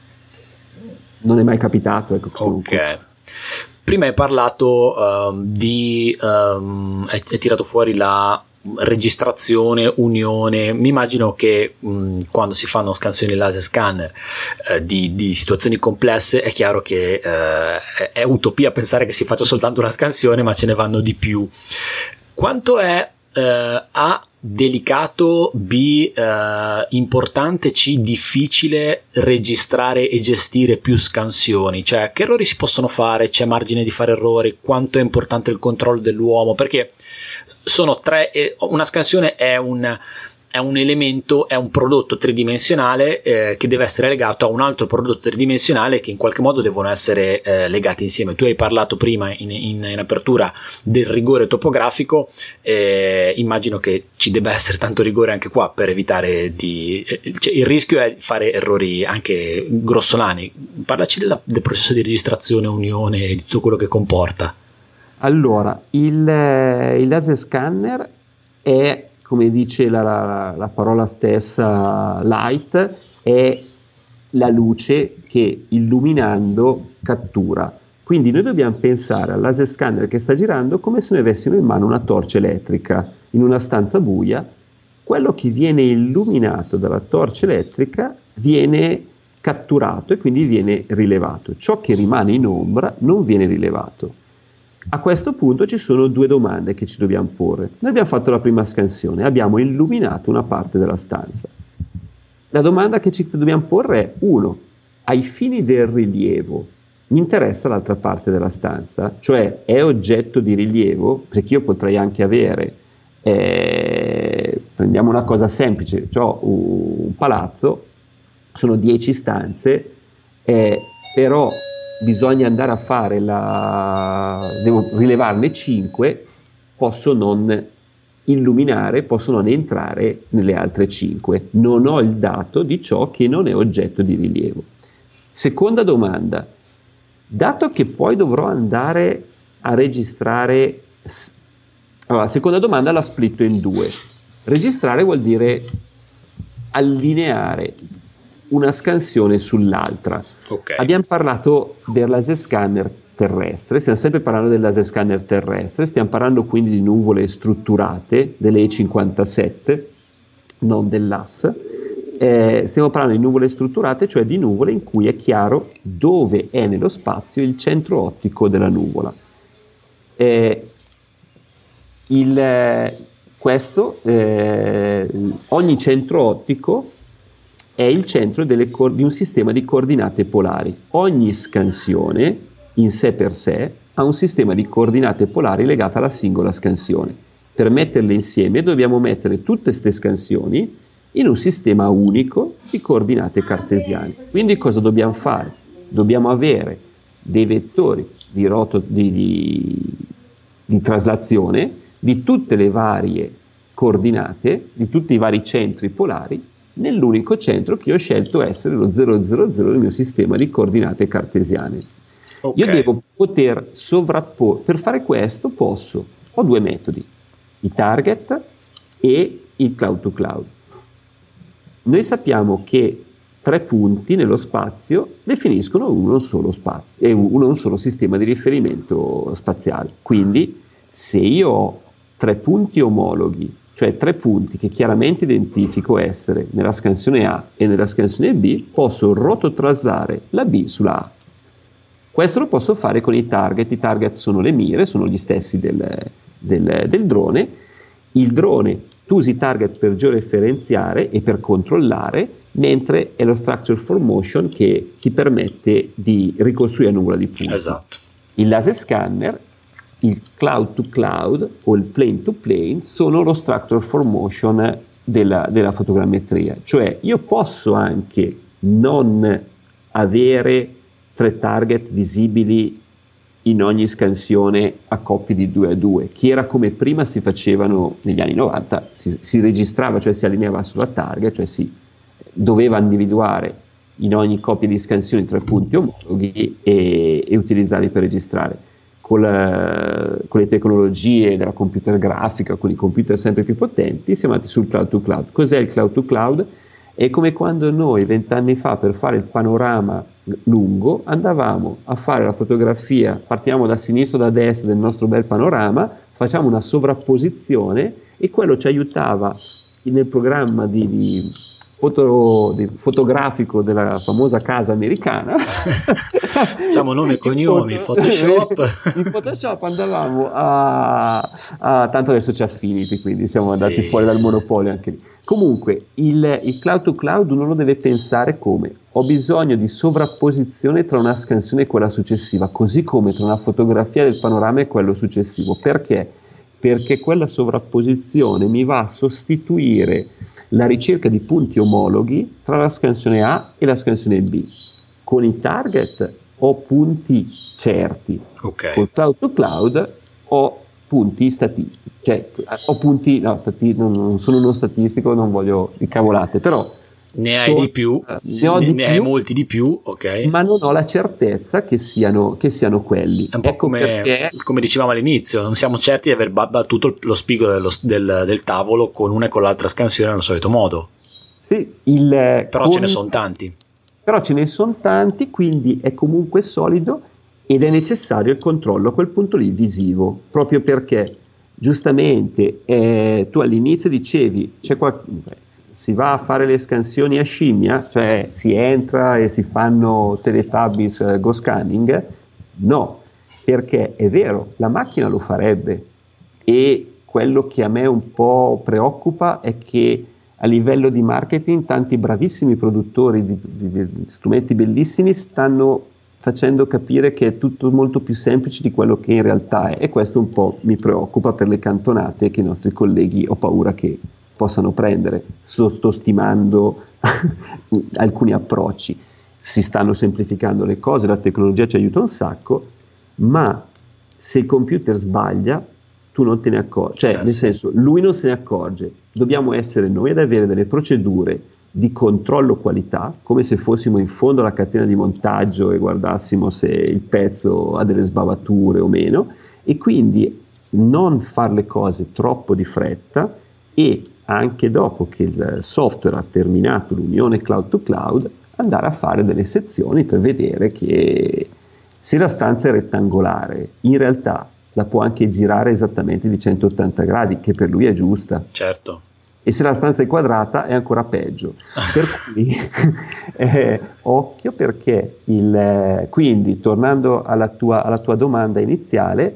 è mai capitato. Ecco, ok. Prima hai parlato hai tirato fuori la registrazione, unione. Mi immagino che quando si fanno scansioni laser scanner di situazioni complesse, è chiaro che è utopia pensare che si faccia soltanto una scansione, ma ce ne vanno di più. Quanto è A delicato, B importante, C difficile registrare e gestire più scansioni? Cioè, che errori si possono fare? C'è margine di fare errori? Quanto è importante il controllo dell'uomo? Perché sono tre, una scansione è un elemento, è un prodotto tridimensionale che deve essere legato a un altro prodotto tridimensionale che in qualche modo devono essere legati insieme. Tu hai parlato prima in apertura del rigore topografico, immagino che ci debba essere tanto rigore anche qua per evitare cioè, il rischio è fare errori anche grossolani. Parlaci del processo di registrazione, unione e di tutto quello che comporta. Allora, il laser scanner è, come dice la parola stessa, light, è la luce che illuminando cattura. Quindi noi dobbiamo pensare al laser scanner che sta girando come se noi avessimo in mano una torcia elettrica in una stanza buia. Quello che viene illuminato dalla torcia elettrica viene catturato e quindi viene rilevato. Ciò che rimane in ombra non viene rilevato. A questo punto ci sono due domande che ci dobbiamo porre. Noi abbiamo fatto la prima scansione, abbiamo illuminato una parte della stanza. La domanda che ci dobbiamo porre è: 1. Ai fini del rilievo, mi interessa l'altra parte della stanza? Cioè, è oggetto di rilievo? Perché io potrei anche avere, prendiamo una cosa semplice, ho un palazzo, sono 10 stanze, però bisogna andare a fare devo rilevarne 5, posso non illuminare, posso non entrare nelle altre 5, non ho il dato di ciò che non è oggetto di rilievo. Seconda domanda: dato che poi dovrò andare a registrare, allora, seconda domanda la splitto in due. Registrare vuol dire allineare una scansione sull'altra. Okay. Abbiamo parlato del laser scanner terrestre, stiamo sempre parlando del laser scanner terrestre, stiamo parlando quindi di nuvole strutturate, delle E57, non dell'AS. Stiamo parlando di nuvole strutturate, cioè di nuvole in cui è chiaro dove è nello spazio il centro ottico della nuvola. Ogni centro ottico è il centro di un sistema di coordinate polari. Ogni scansione in sé per sé ha un sistema di coordinate polari legata alla singola scansione. Per metterle insieme dobbiamo mettere tutte queste scansioni in un sistema unico di coordinate cartesiane. Quindi cosa dobbiamo fare? Dobbiamo avere dei vettori di traslazione di tutte le varie coordinate, di tutti i vari centri polari, nell'unico centro che ho scelto essere lo 000 del mio sistema di coordinate cartesiane. Okay. Io devo poter sovrapporre. Per fare questo ho due metodi: i target e il cloud to cloud. Noi sappiamo che 3 punti nello spazio definiscono uno solo spazio e un solo sistema di riferimento spaziale. Quindi se io ho 3 punti omologhi, cioè 3 punti che chiaramente identifico essere nella scansione A e nella scansione B, posso rototraslare la B sulla A. Questo lo posso fare con i target. I target sono le mire, sono gli stessi del drone. Il drone, tu usi target per georeferenziare e per controllare, mentre è lo structure for motion che ti permette di ricostruire la nuvola di punti. Esatto. Il laser scanner, il cloud to cloud o il plane to plane sono lo structure for motion della fotogrammetria. Cioè io posso anche non avere 3 target visibili in ogni scansione a coppie di 2 a 2, che era come prima si facevano negli anni 90, si registrava, cioè si allineava sulla target, cioè si doveva individuare in ogni copia di scansioni 3 punti omologhi e utilizzarli per registrare. Con le tecnologie della computer grafica, con i computer sempre più potenti, siamo andati sul cloud to cloud. Cos'è il cloud to cloud? È come quando noi 20 anni fa, per fare il panorama lungo, andavamo a fare la fotografia, partiamo da sinistra o da destra del nostro bel panorama, facciamo una sovrapposizione e quello ci aiutava nel programma fotografico della famosa casa americana. Diciamo nome e cognomi, Photoshop. In Photoshop andavamo tanto adesso c'è Affinity, quindi siamo andati fuori dal monopolio anche lì. Comunque il cloud to cloud uno lo deve pensare come: ho bisogno di sovrapposizione tra una scansione e quella successiva, così come tra una fotografia del panorama e quello successivo. Perché? Perché quella sovrapposizione mi va a sostituire la ricerca di punti omologhi tra la scansione A e la scansione B. Con i target ho punti certi, con cloud to cloud ho punti statistici, cioè ho punti, non sono uno statistico, non voglio di cavolate, però ne hai di più, ne hai molti di più, ok, ma non ho la certezza che siano quelli. È un po' come dicevamo all'inizio, non siamo certi di aver battuto lo spigo del tavolo con una e con l'altra scansione nel solito modo. Sì, però ce ne sono tanti. Però ce ne sono tanti, quindi è comunque solido ed è necessario il controllo a quel punto lì visivo, proprio perché giustamente tu all'inizio dicevi si va a fare le scansioni a scimmia, cioè si entra e si fanno Teletubbies Go Scanning. No, perché è vero, la macchina lo farebbe, e quello che a me un po' preoccupa è che a livello di marketing tanti bravissimi produttori di strumenti bellissimi stanno facendo capire che è tutto molto più semplice di quello che in realtà è, e questo un po' mi preoccupa per le cantonate che i nostri colleghi ho paura che possano prendere, sottostimando alcuni approcci. Si stanno semplificando le cose, la tecnologia ci aiuta un sacco, ma se il computer sbaglia tu non te ne accorgi, cioè nel senso lui non se ne accorge, dobbiamo essere noi ad avere delle procedure di controllo qualità, come se fossimo in fondo alla catena di montaggio e guardassimo se il pezzo ha delle sbavature o meno, e quindi non fare le cose troppo di fretta, e anche dopo che il software ha terminato l'unione cloud to cloud andare a fare delle sezioni per vedere che se la stanza è rettangolare in realtà la può anche girare esattamente di 180 gradi, che per lui è giusta. Certo. E se la stanza è quadrata è ancora peggio. Per cui occhio, perché quindi tornando alla tua domanda iniziale,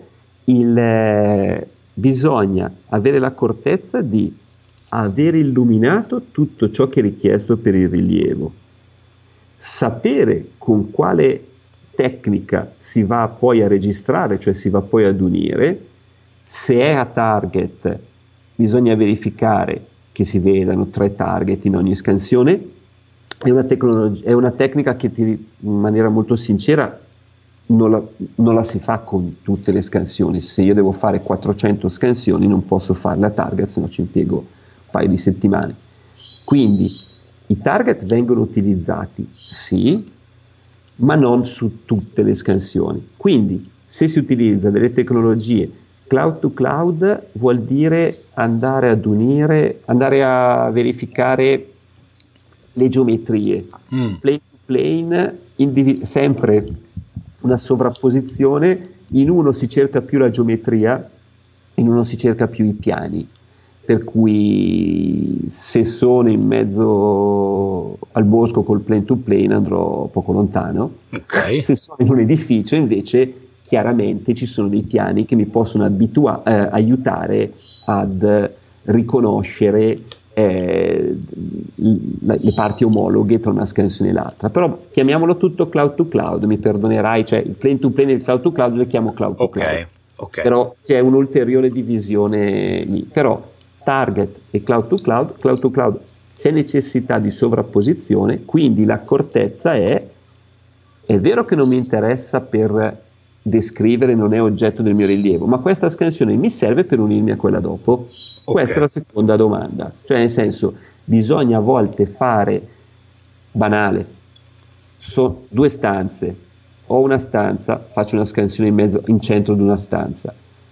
bisogna avere l'accortezza di aver illuminato tutto ciò che è richiesto per il rilievo, sapere con quale tecnica si va poi a registrare, cioè si va poi ad unire. Se è a target bisogna verificare che si vedano 3 target in ogni scansione. È una tecnica che in maniera molto sincera non la si fa con tutte le scansioni. Se io devo fare 400 scansioni non posso farle a target, se no ci impiego un paio di settimane. Quindi i target vengono utilizzati, sì, ma non su tutte le scansioni. Quindi se si utilizza delle tecnologie cloud to cloud, vuol dire andare ad unire, andare a verificare le geometrie, plane to plane, sempre una sovrapposizione. In uno si cerca più la geometria, in uno si cerca più i piani, per cui se sono in mezzo al bosco col plane to plane andrò poco lontano. Se sono in un edificio invece chiaramente ci sono dei piani che mi possono aiutare ad riconoscere le parti omologhe tra una scansione e l'altra. Però chiamiamolo tutto cloud to cloud, mi perdonerai, cioè il plane to plane e il cloud to cloud le chiamo cloud to cloud. Però c'è un'ulteriore divisione lì. Però target e cloud to cloud c'è necessità di sovrapposizione, quindi l'accortezza è vero che non mi interessa per descrivere, non è oggetto del mio rilievo, ma questa scansione mi serve per unirmi a quella dopo. Questa è la seconda domanda, cioè nel senso bisogna a volte fare banale, sono 2 stanze, ho una stanza, faccio una scansione in centro di una stanza.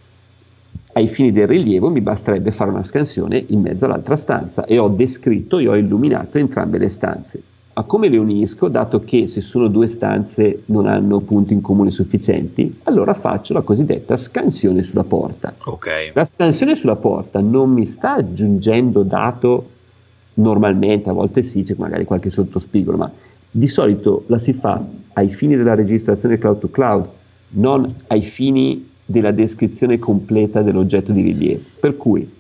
Ai fini del rilievo mi basterebbe fare una scansione in mezzo all'altra stanza e ho illuminato entrambe le stanze. Ma come le unisco, dato che se sono 2 stanze non hanno punti in comune sufficienti, allora faccio la cosiddetta scansione sulla porta. Okay. La scansione sulla porta non mi sta aggiungendo dato normalmente, a volte sì, c'è magari qualche sottospigolo, ma di solito la si fa ai fini della registrazione cloud to cloud, non ai fini della descrizione completa dell'oggetto di rilievo. Per cui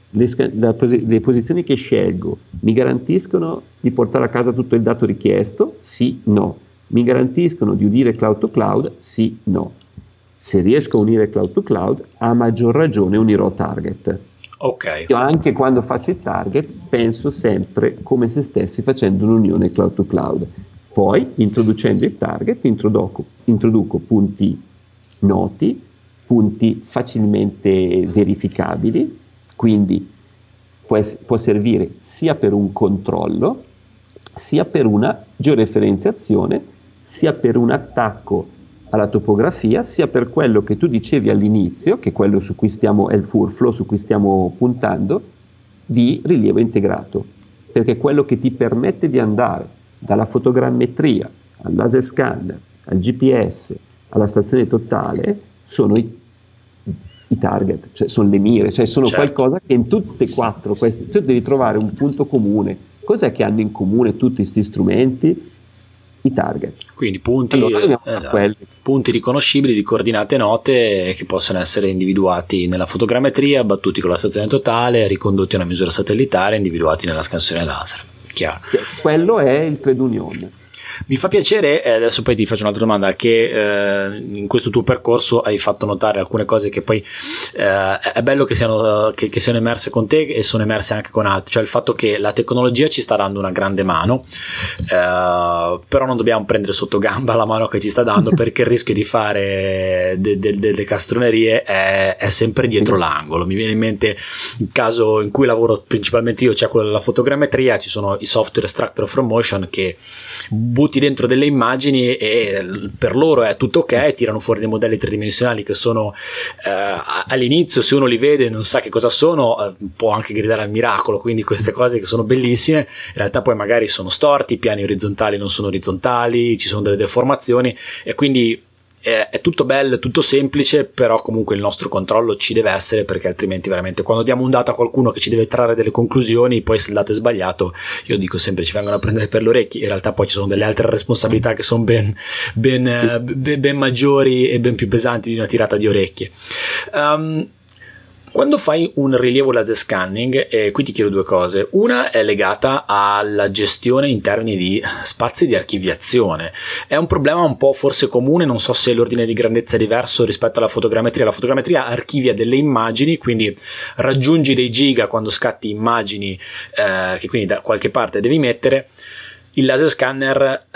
le posizioni che scelgo mi garantiscono di portare a casa tutto il dato richiesto? Sì, no. Mi garantiscono di unire cloud to cloud? Sì, no. Se riesco a unire cloud to cloud, a maggior ragione unirò target. Ok. Io anche quando faccio il target penso sempre come se stessi facendo un'unione cloud to cloud. Poi, introducendo il target, introduco punti noti, punti facilmente verificabili, quindi può servire sia per un controllo, sia per una georeferenziazione, sia per un attacco alla topografia, sia per quello che tu dicevi all'inizio, che è quello su cui è il workflow su cui stiamo puntando, di rilievo integrato, perché è quello che ti permette di andare dalla fotogrammetria al laser scanner, al GPS, alla stazione totale, sono i target, cioè sono le mire, cioè sono qualcosa che in tutte e 4 questi, tu devi trovare un punto comune. Cos'è che hanno in comune tutti questi strumenti? I target. Quindi punti, punti riconoscibili di coordinate note che possono essere individuati nella fotogrammetria, battuti con la stazione totale, ricondotti a una misura satellitare, individuati nella scansione laser. Chiaro. Quello è il trade union. Mi fa piacere, adesso poi ti faccio un'altra domanda, che in questo tuo percorso hai fatto notare alcune cose che poi è bello che siano emerse con te e sono emerse anche con altri, cioè il fatto che la tecnologia ci sta dando una grande mano, però non dobbiamo prendere sotto gamba la mano che ci sta dando, perché il rischio di fare delle castronerie è sempre dietro l'angolo. Mi viene in mente il caso in cui lavoro principalmente io, cioè quello della fotogrammetria. Ci sono i software extractor from motion che butti dentro delle immagini e per loro è tutto ok, tirano fuori dei modelli tridimensionali che sono all'inizio, se uno li vede non sa che cosa sono, può anche gridare al miracolo, quindi queste cose che sono bellissime in realtà poi magari sono storti, i piani orizzontali non sono orizzontali, ci sono delle deformazioni e quindi è tutto bello, è tutto semplice, però comunque il nostro controllo ci deve essere, perché altrimenti veramente quando diamo un dato a qualcuno che ci deve trarre delle conclusioni, poi se il dato è sbagliato, io dico sempre, ci vengono a prendere per le orecchie. In realtà poi ci sono delle altre responsabilità che sono ben maggiori e ben più pesanti di una tirata di orecchie. Quando fai un rilievo laser scanning, qui ti chiedo 2 cose. Una è legata alla gestione in termini di spazi di archiviazione. È un problema un po' forse comune, non so se l'ordine di grandezza è diverso rispetto alla fotogrammetria. La fotogrammetria archivia delle immagini, quindi raggiungi dei giga quando scatti immagini che quindi da qualche parte devi mettere. Il laser scanner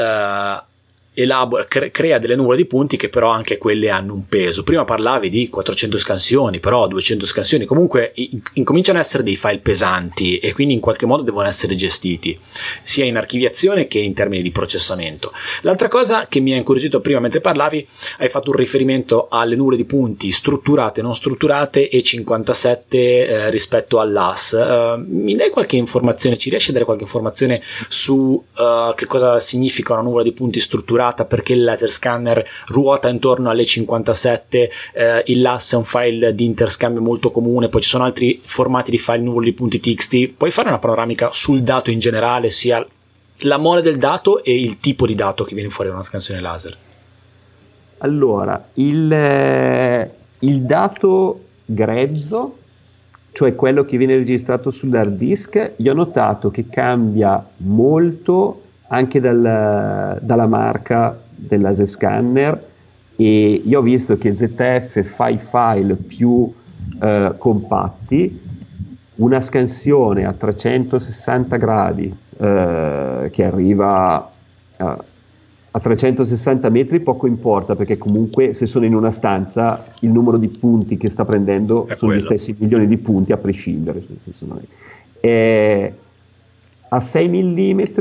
crea delle nuvole di punti che però anche quelle hanno un peso. Prima parlavi di 400 scansioni, però 200 scansioni comunque incominciano a essere dei file pesanti e quindi in qualche modo devono essere gestiti sia in archiviazione che in termini di processamento. L'altra cosa che mi ha incuriosito prima mentre parlavi, hai fatto un riferimento alle nuvole di punti strutturate, non strutturate e 57 rispetto all'AS. Mi dai qualche informazione, ci riesci a dare qualche informazione su che cosa significa una nuvola di punti strutturata, perché il laser scanner ruota intorno alle 57, il LAS è un file di interscambio molto comune, poi ci sono altri formati di file nuvole di punti TXT. Puoi fare una panoramica sul dato in generale, sia la mole del dato e il tipo di dato che viene fuori da una scansione laser? Allora, il dato grezzo, cioè quello che viene registrato sull'hard disk, io ho notato che cambia molto anche dalla marca del laser scanner, e io ho visto che ZF fa i file più compatti. Una scansione a 360 gradi che arriva a 360 metri poco importa, perché comunque se sono in una stanza il numero di punti che sta prendendo sono gli stessi milioni di punti a prescindere, nel senso a 6 mm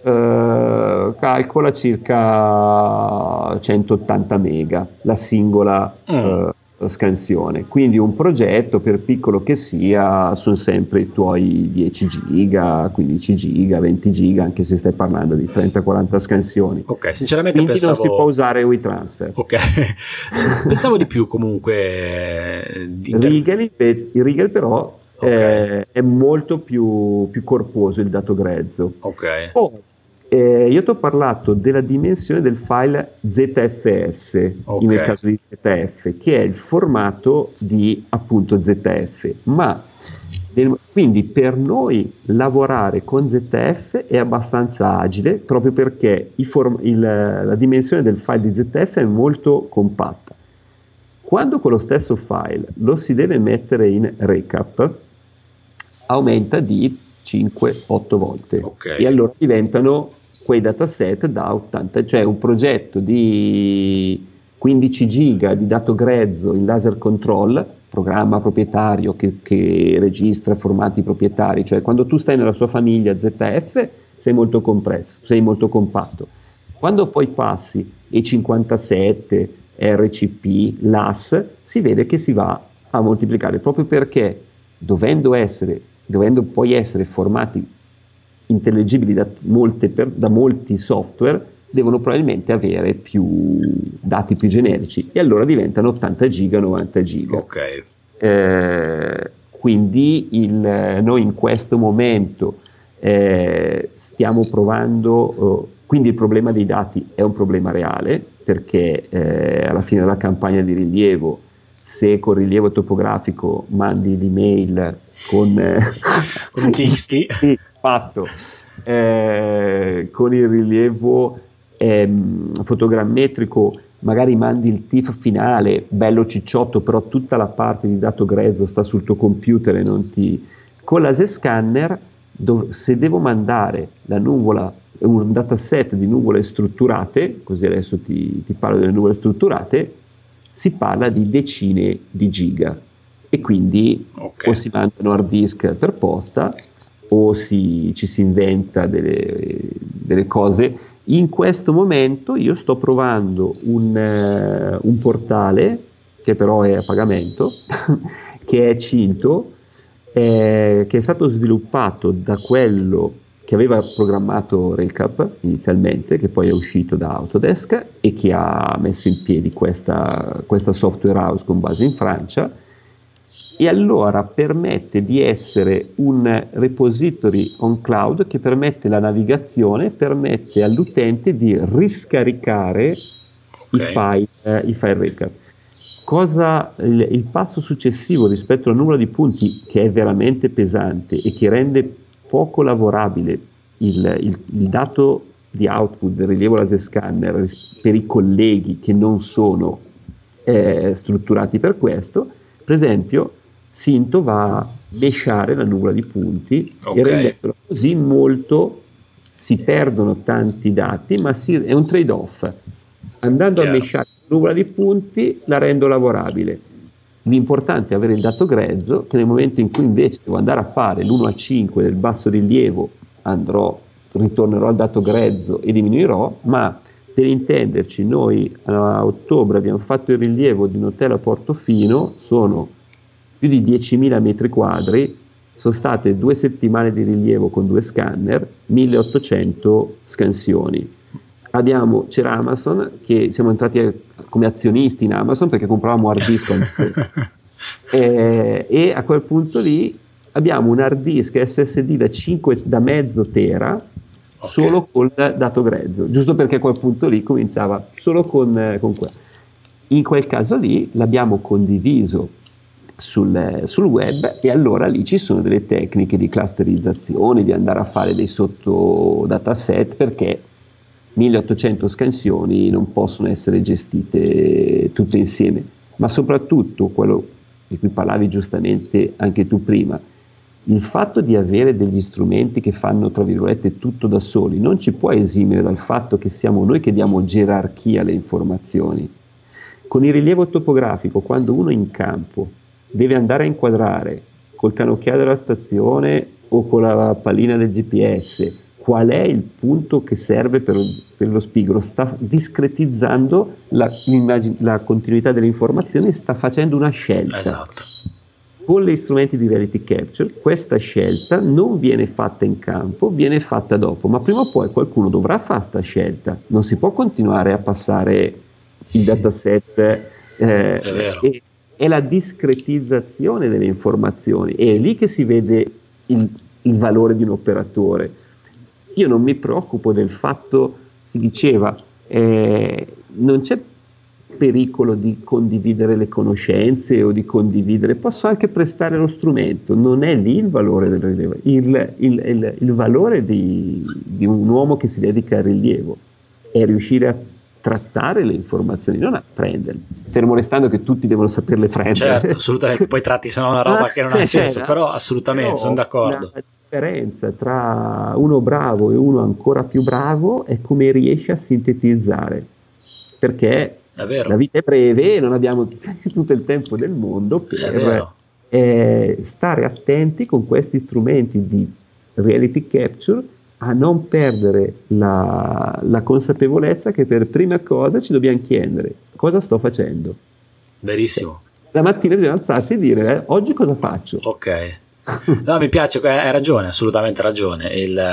calcola circa 180 mega la singola scansione, quindi un progetto, per piccolo che sia, sono sempre i tuoi 10 giga, 15 giga, 20 giga, anche se stai parlando di 30-40 scansioni. Ok, sinceramente quindi pensavo... non si può usare WeTransfer. Ok, pensavo di più comunque. Regal però okay. È molto più corposo il dato grezzo. Ok. Io ti ho parlato della dimensione del file ZFS, okay. nel caso di ZF, che è il formato di appunto ZF, ma quindi per noi lavorare con ZF è abbastanza agile, proprio perché la dimensione del file di ZF è molto compatta. Quando quello stesso file lo si deve mettere in recap, aumenta di 5-8 volte, okay. E allora diventano quei dataset da 80, cioè un progetto di 15 giga di dato grezzo in laser control, programma proprietario che registra formati proprietari, cioè quando tu stai nella sua famiglia ZF sei molto compresso, sei molto compatto. Quando poi passi E57, RCP, LAS, si vede che si va a moltiplicare, proprio perché dovendo poi essere formati intellegibili da molti software, devono probabilmente avere più dati più generici, e allora diventano 80 giga, 90 giga. Okay. Quindi noi in questo momento stiamo provando, quindi il problema dei dati è un problema reale, perché alla fine della campagna di rilievo, se con rilievo topografico mandi l'email con un TXT fatto, con il rilievo fotogrammetrico magari mandi il TIFF finale bello cicciotto, però tutta la parte di dato grezzo sta sul tuo computer e non ti... Con la Z-Scanner, se devo mandare la nuvola, un dataset di nuvole strutturate, così adesso ti parlo delle nuvole strutturate, si parla di decine di giga, e quindi o si mandano hard disk per posta o ci si inventa delle cose. In questo momento io sto provando un portale che però è a pagamento che è Cinto, che è stato sviluppato da quello che aveva programmato Recap inizialmente, che poi è uscito da Autodesk e che ha messo in piedi questa software house con base in Francia, e allora permette di essere un repository on cloud che permette la navigazione, permette all'utente di riscaricare i file Recap. Il passo successivo rispetto alla nuvola di punti, che è veramente pesante e che rende poco lavorabile il dato di output del rilievo laser scanner per i colleghi che non sono strutturati per questo, per esempio Cinto va a meshare la nuvola di punti e rendendola così si perdono tanti dati, ma è un trade-off. Andando a meshare la nuvola di punti la rendo lavorabile. L'importante è avere il dato grezzo, che nel momento in cui invece devo andare a fare l'1:5 del basso rilievo ritornerò al dato grezzo e diminuirò, ma per intenderci, noi a ottobre abbiamo fatto il rilievo di un hotel a Portofino, sono più di 10.000 metri quadri, sono state 2 settimane di rilievo con 2 scanner, 1.800 scansioni. C'era Amazon, che siamo entrati come azionisti in Amazon perché compravamo hard disk e a quel punto lì abbiamo un hard disk SSD da mezzo tera solo col dato grezzo, giusto perché a quel punto lì cominciava solo con quello. In quel caso lì l'abbiamo condiviso sul web, e allora lì ci sono delle tecniche di clusterizzazione, di andare a fare dei sotto dataset, perché 1800 scansioni non possono essere gestite tutte insieme, ma soprattutto quello di cui parlavi giustamente anche tu prima, il fatto di avere degli strumenti che fanno tra virgolette tutto da soli non ci può esimere dal fatto che siamo noi che diamo gerarchia alle informazioni. Con il rilievo topografico, quando uno in campo deve andare a inquadrare col canocchiale della stazione o con la pallina del GPS qual è il punto che serve per lo spigolo, sta discretizzando la continuità delle informazioni, sta facendo una scelta. Esatto. Con gli strumenti di reality capture questa scelta non viene fatta in campo, viene fatta dopo, ma prima o poi qualcuno dovrà fare questa scelta, non si può continuare a passare il dataset, è la discretizzazione delle informazioni, è lì che si vede il valore di un operatore. Io non mi preoccupo del fatto, si diceva, non c'è pericolo di condividere le conoscenze o di condividere, posso anche prestare lo strumento, non è lì il valore del rilievo, il valore di un uomo che si dedica al rilievo è riuscire a trattare le informazioni, non a prenderle, fermo restando che tutti devono saperle prendere. Certo, assolutamente, poi tratti sennò una roba che non ha senso, però assolutamente, sono d'accordo. La differenza tra uno bravo e uno ancora più bravo è come riesce a sintetizzare, perché la vita è breve e non abbiamo tutto il tempo del mondo per stare attenti con questi strumenti di reality capture a non perdere la consapevolezza che per prima cosa ci dobbiamo chiedere cosa sto facendo. Verissimo. La mattina bisogna alzarsi e dire oggi cosa faccio. Ok. No, mi piace, hai ragione, assolutamente ragione.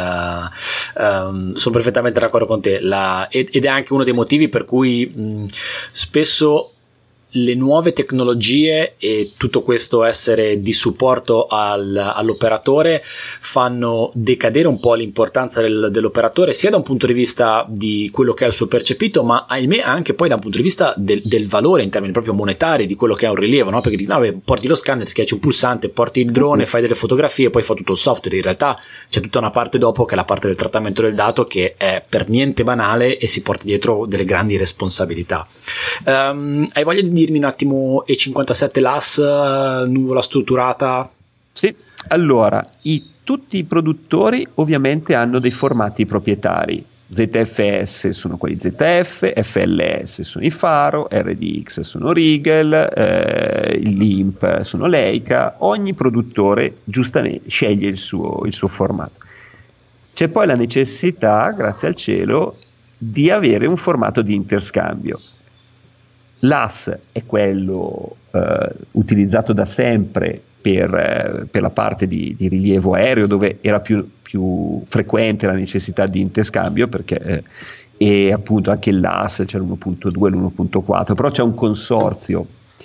Sono perfettamente d'accordo con te. Ed è anche uno dei motivi per cui spesso le nuove tecnologie e tutto questo essere di supporto all'operatore fanno decadere un po' l'importanza dell'operatore, sia da un punto di vista di quello che è il suo percepito, ma ahimè anche poi da un punto di vista del valore in termini proprio monetari di quello che è un rilievo, no? Perché dici, no, porti lo scanner, schiacci un pulsante, porti il drone, fai delle fotografie e poi fa tutto il software. In realtà c'è tutta una parte dopo che è la parte del trattamento del dato, che è per niente banale e si porta dietro delle grandi responsabilità. Hai voglia di dirmi un attimo E57 LAS, nuvola strutturata? Sì, allora tutti i produttori ovviamente hanno dei formati proprietari. ZFS sono quelli ZF, FLS sono i Faro, RDX sono Rigel, il LIMP sono Leica. Ogni produttore giustamente sceglie il suo formato. C'è poi la necessità, grazie al cielo, di avere un formato di interscambio. L'AS è quello utilizzato da sempre per la parte di rilievo aereo, dove era più frequente la necessità di interscambio, perché e appunto anche l'AS c'è l'1.2 e l'1.4, però c'è un consorzio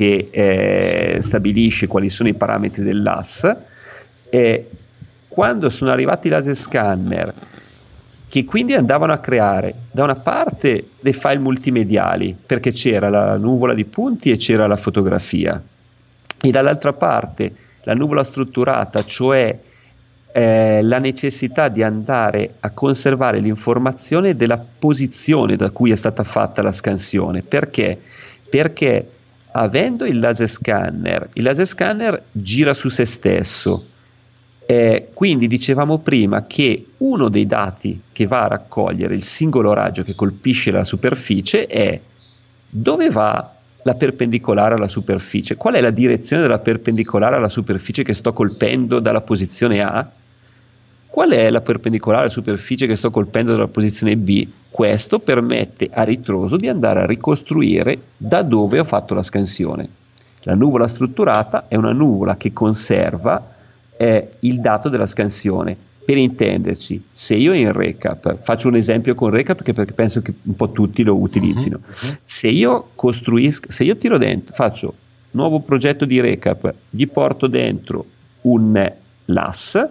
che stabilisce quali sono i parametri dell'AS, e quando sono arrivati i laser scanner, che quindi andavano a creare da una parte dei file multimediali, perché c'era la nuvola di punti e c'era la fotografia, e dall'altra parte la nuvola strutturata, cioè la necessità di andare a conservare l'informazione della posizione da cui è stata fatta la scansione. Perché? Perché avendo il laser scanner gira su se stesso. Quindi dicevamo prima che uno dei dati che va a raccogliere il singolo raggio che colpisce la superficie è dove va la perpendicolare alla superficie, qual è la direzione della perpendicolare alla superficie che sto colpendo dalla posizione A, qual è la perpendicolare alla superficie che sto colpendo dalla posizione B. Questo permette a ritroso di andare a ricostruire da dove ho fatto la scansione. La nuvola strutturata è una nuvola che conserva il dato della scansione. Per intenderci, se io in Recap faccio un esempio con Recap perché penso che un po' tutti lo utilizzino, se io tiro dentro, faccio nuovo progetto di Recap, gli porto dentro un LAS,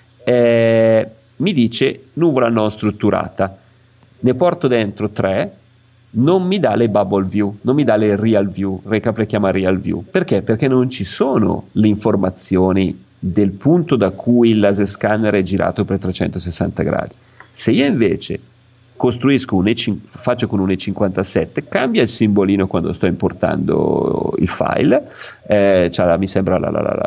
mi dice nuvola non strutturata, ne porto dentro 3, non mi dà le bubble view, non mi dà le real view. Recap le chiama real view. Perché? Perché non ci sono le informazioni del punto da cui il laser scanner è girato per 360 gradi. Se io invece costruisco faccio con un E57, cambia il simbolino quando sto importando il file, mi sembra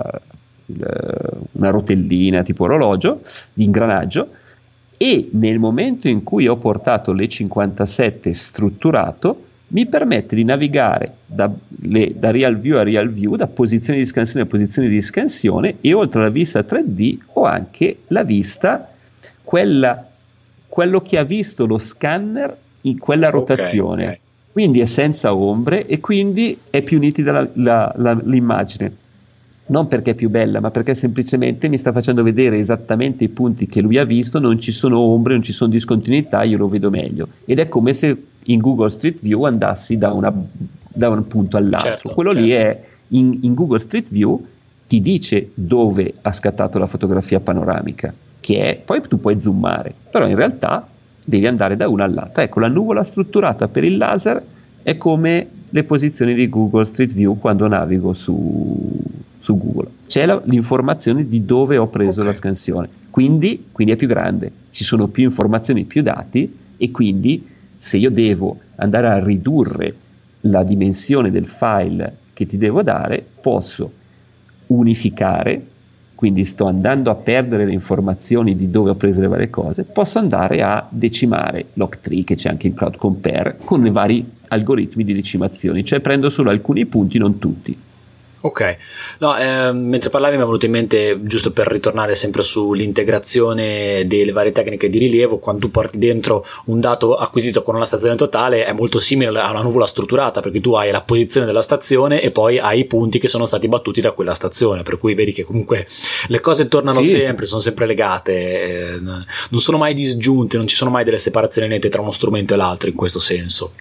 una rotellina tipo orologio di ingranaggio, e nel momento in cui ho portato l'E57 strutturato mi permette di navigare da real view a real view, da posizione di scansione a posizione di scansione, e oltre alla vista 3D ho anche la vista, quella quello che ha visto lo scanner in quella rotazione. Okay. Quindi è senza ombre e quindi è più nitida l'immagine. Non perché è più bella, ma perché semplicemente mi sta facendo vedere esattamente i punti che lui ha visto, non ci sono ombre, non ci sono discontinuità, io lo vedo meglio. Ed è come se in Google Street View andassi da un punto all'altro. Certo, quello certo. Lì è in Google Street View ti dice dove ha scattato la fotografia panoramica, che è, poi tu puoi zoomare, però in realtà devi andare da una all'altra. Ecco, la nuvola strutturata per il laser è come le posizioni di Google Street View quando navigo su Google. C'è l'informazione di dove ho preso la scansione, quindi è più grande, ci sono più informazioni, più dati, e quindi se io devo andare a ridurre la dimensione del file che ti devo dare, posso unificare, quindi sto andando a perdere le informazioni di dove ho preso le varie cose, posso andare a decimare log3, che c'è anche in Cloud Compare, con i vari algoritmi di decimazione, cioè prendo solo alcuni punti, non tutti. Ok, no, mentre parlavi mi è venuto in mente, giusto per ritornare sempre sull'integrazione delle varie tecniche di rilievo, quando tu porti dentro un dato acquisito con una stazione totale è molto simile a una nuvola strutturata, perché tu hai la posizione della stazione e poi hai i punti che sono stati battuti da quella stazione, per cui vedi che comunque le cose tornano sempre, sono sempre legate, non sono mai disgiunte, non ci sono mai delle separazioni nette tra uno strumento e l'altro in questo senso.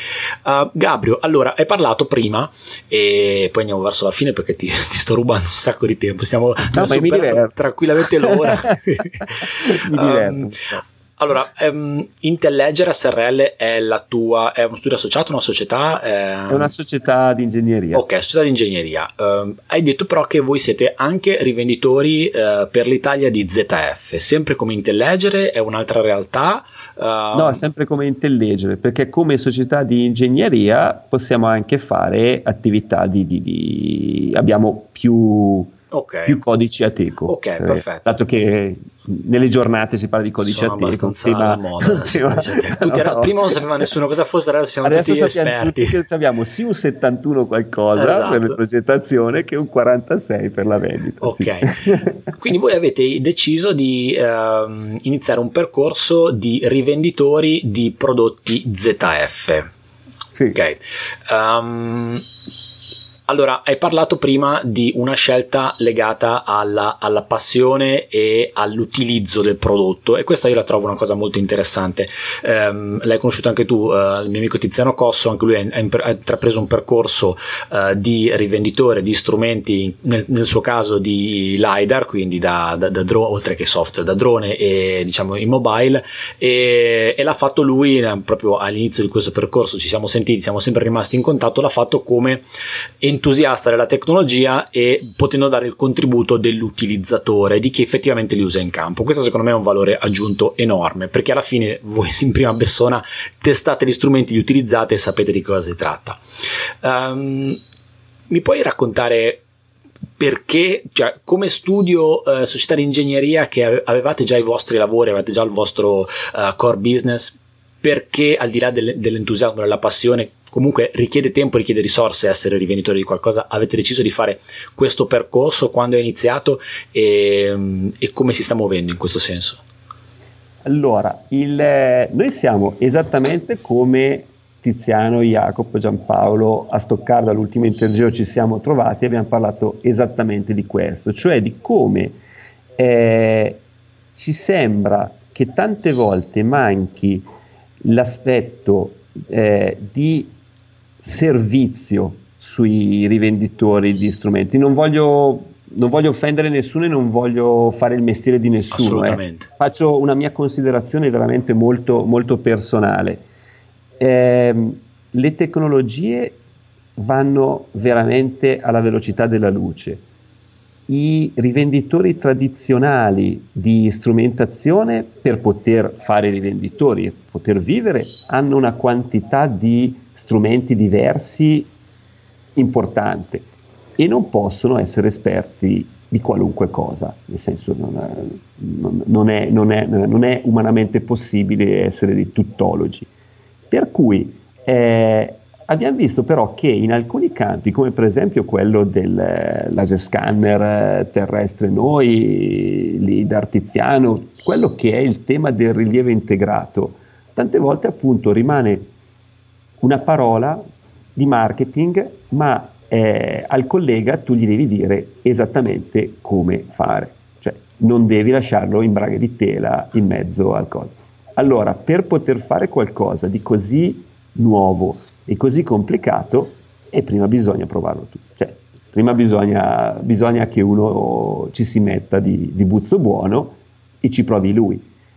Gabrio, allora hai parlato e poi andiamo verso la fine perché ti sto rubando un sacco di tempo, stiamo tranquillamente l'ora. Mi diverto. Allora, Intellegger SRL è uno studio associato, una società? È una società di ingegneria. Ok, società di ingegneria. Hai detto però che voi siete anche rivenditori per l'Italia di ZF, sempre come Intellegger, è un'altra realtà? No, è sempre come Intellegger, perché come società di ingegneria possiamo anche fare attività abbiamo più codici Ateco. Ok, perfetto. Dato che nelle giornate si parla di codici Ateco. Abbastanza alla moda. Prima non sapeva nessuno cosa fosse, adesso siamo tutti esperti. Tutti abbiamo sì un 71 qualcosa per la progettazione che un 46 per la vendita. Ok, sì. Quindi voi avete deciso di iniziare un percorso di rivenditori di prodotti ZF. Sì. Ok. Allora, hai parlato prima di una scelta legata alla passione e all'utilizzo del prodotto, e questa io la trovo una cosa molto interessante. L'hai conosciuto anche tu, il mio amico Tiziano Cosso, anche lui ha intrapreso un percorso di rivenditore di strumenti, nel suo caso di LiDAR, quindi da drone, oltre che software, da drone e diciamo in mobile, e l'ha fatto lui proprio all'inizio di questo percorso. Ci siamo sentiti, siamo sempre rimasti in contatto, l'ha fatto come entusiasta della tecnologia e potendo dare il contributo dell'utilizzatore, di chi effettivamente li usa in campo. Questo secondo me è un valore aggiunto enorme, perché alla fine voi in prima persona testate gli strumenti, li utilizzate e sapete di cosa si tratta. Mi puoi raccontare perché, cioè, come studio società di ingegneria, che avevate già i vostri lavori, avevate già il vostro core business, perché al di là dell'entusiasmo, della passione, comunque richiede tempo, richiede risorse essere rivenditori di qualcosa, avete deciso di fare questo percorso? Quando è iniziato e come si sta muovendo in questo senso? Allora, noi siamo esattamente come Tiziano, Jacopo, Giampaolo a Stoccarda, all'ultimo Intergeo ci siamo trovati e abbiamo parlato esattamente di questo, cioè di come ci sembra che tante volte manchi l'aspetto di servizio sui rivenditori di strumenti. Non voglio offendere nessuno e non voglio fare il mestiere di nessuno. Assolutamente. Faccio una mia considerazione veramente molto, molto personale. Le tecnologie vanno veramente alla velocità della luce. I rivenditori tradizionali di strumentazione, per poter fare i rivenditori e poter vivere, hanno una quantità di strumenti diversi importante e non possono essere esperti di qualunque cosa, nel senso non è umanamente possibile essere dei tuttologi, per cui abbiamo visto però che in alcuni campi, come per esempio quello del laser scanner terrestre noi, LIDAR Tiziano, quello che è il tema del rilievo integrato, tante volte appunto rimane una parola di marketing, ma al collega tu gli devi dire esattamente come fare, cioè non devi lasciarlo in braghe di tela in mezzo al collo. Allora, per poter fare qualcosa di così nuovo e così complicato, prima bisogna provarlo tu, cioè prima bisogna che uno ci si metta di buzzo buono e ci provi lui.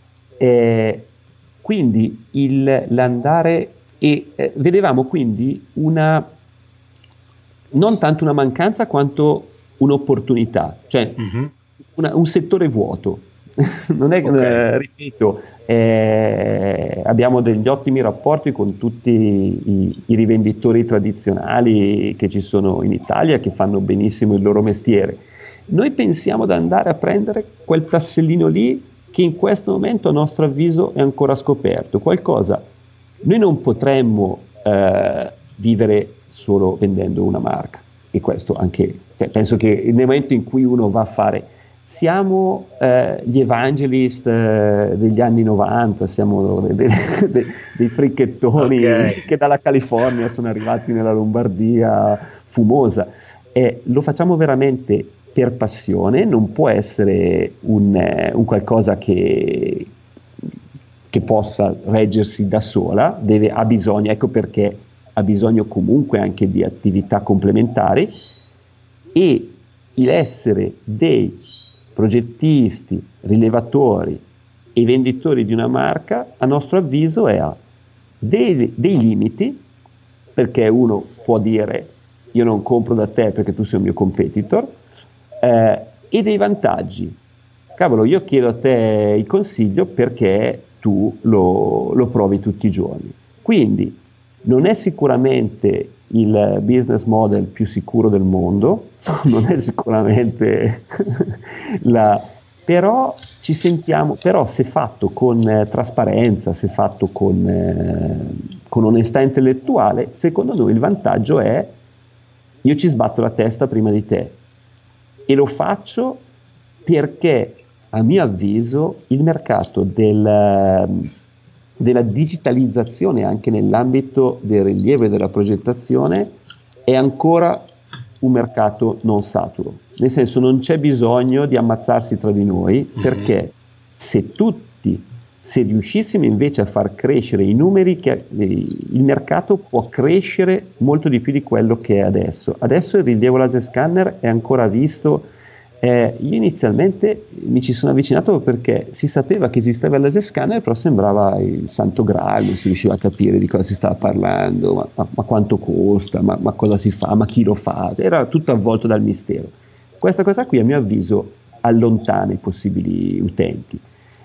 Quindi l'andare vedevamo quindi non tanto una mancanza quanto un'opportunità, cioè un settore vuoto. Non è, ripeto, abbiamo degli ottimi rapporti con tutti i rivenditori tradizionali che ci sono in Italia, che fanno benissimo il loro mestiere. Noi pensiamo ad andare a prendere quel tassellino lì che in questo momento a nostro avviso è ancora scoperto, qualcosa. Noi non potremmo vivere solo vendendo una marca, e questo anche, cioè, penso che nel momento in cui uno va a fare, siamo gli evangelist degli anni 90, siamo dei fricchettoni che dalla California sono arrivati nella Lombardia fumosa, lo facciamo veramente per passione, non può essere un qualcosa che possa reggersi da sola, ha bisogno, ecco perché ha bisogno comunque anche di attività complementari, e l'essere dei progettisti, rilevatori e venditori di una marca, a nostro avviso ha dei limiti, perché uno può dire io non compro da te perché tu sei un mio competitor, e dei vantaggi. Cavolo, io chiedo a te il consiglio perché tu lo provi tutti i giorni. Quindi non è sicuramente il business model più sicuro del mondo, non è sicuramente però ci sentiamo, però se fatto con trasparenza, se fatto con onestà intellettuale, secondo noi il vantaggio è: io ci sbatto la testa prima di te, e lo faccio perché a mio avviso il mercato della digitalizzazione anche nell'ambito del rilievo e della progettazione è ancora un mercato non saturo, nel senso non c'è bisogno di ammazzarsi tra di noi, perché se riuscissimo invece a far crescere i numeri, il mercato può crescere molto di più di quello che è adesso. Adesso il rilievo laser scanner è ancora visto. Io inizialmente mi ci sono avvicinato perché si sapeva che esisteva il laser scanner, però sembrava il santo graal, non si riusciva a capire di cosa si stava parlando, ma quanto costa, ma cosa si fa, ma chi lo fa, era tutto avvolto dal mistero. Questa cosa qui a mio avviso allontana i possibili utenti,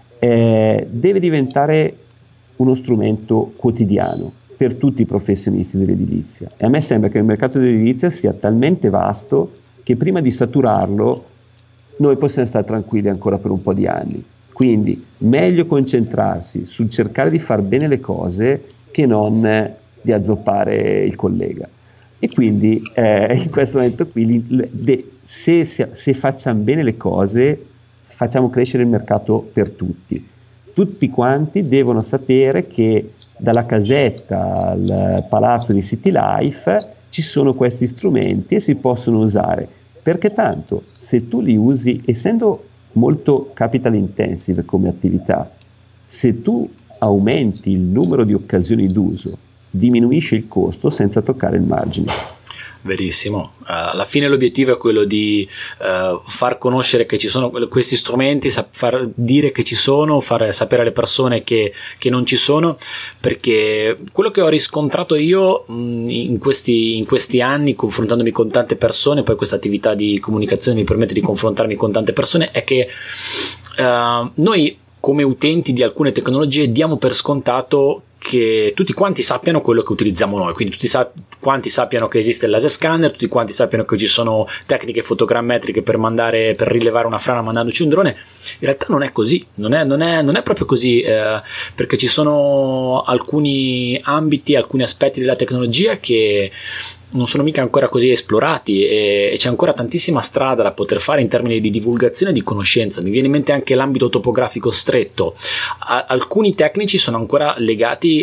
deve diventare uno strumento quotidiano per tutti i professionisti dell'edilizia, e a me sembra che il mercato dell'edilizia sia talmente vasto che prima di saturarlo noi possiamo stare tranquilli ancora per un po' di anni. Quindi meglio concentrarsi sul cercare di far bene le cose che non di azzoppare il collega. E quindi in questo momento qui se facciamo bene le cose facciamo crescere il mercato per tutti. Tutti quanti devono sapere che dalla casetta al palazzo di City Life ci sono questi strumenti e si possono usare, perché tanto se tu li usi, essendo molto capital intensive come attività, se tu aumenti il numero di occasioni d'uso, diminuisci il costo senza toccare il margine. Verissimo, alla fine l'obiettivo è quello di far conoscere che ci sono questi strumenti, far dire che ci sono, far sapere alle persone che non ci sono, perché quello che ho riscontrato io in questi anni, confrontandomi con tante persone, poi questa attività di comunicazione mi permette di confrontarmi con tante persone, è che noi come utenti di alcune tecnologie diamo per scontato che tutti quanti sappiano quello che utilizziamo noi, quindi tutti quanti sappiano che esiste il laser scanner, tutti quanti sappiano che ci sono tecniche fotogrammetriche per rilevare una frana mandandoci un drone. In realtà non è così, non è proprio così, perché ci sono alcuni ambiti, alcuni aspetti della tecnologia che non sono mica ancora così esplorati, e c'è ancora tantissima strada da poter fare in termini di divulgazione e di conoscenza. Mi viene in mente anche l'ambito topografico stretto. Alcuni tecnici sono ancora legati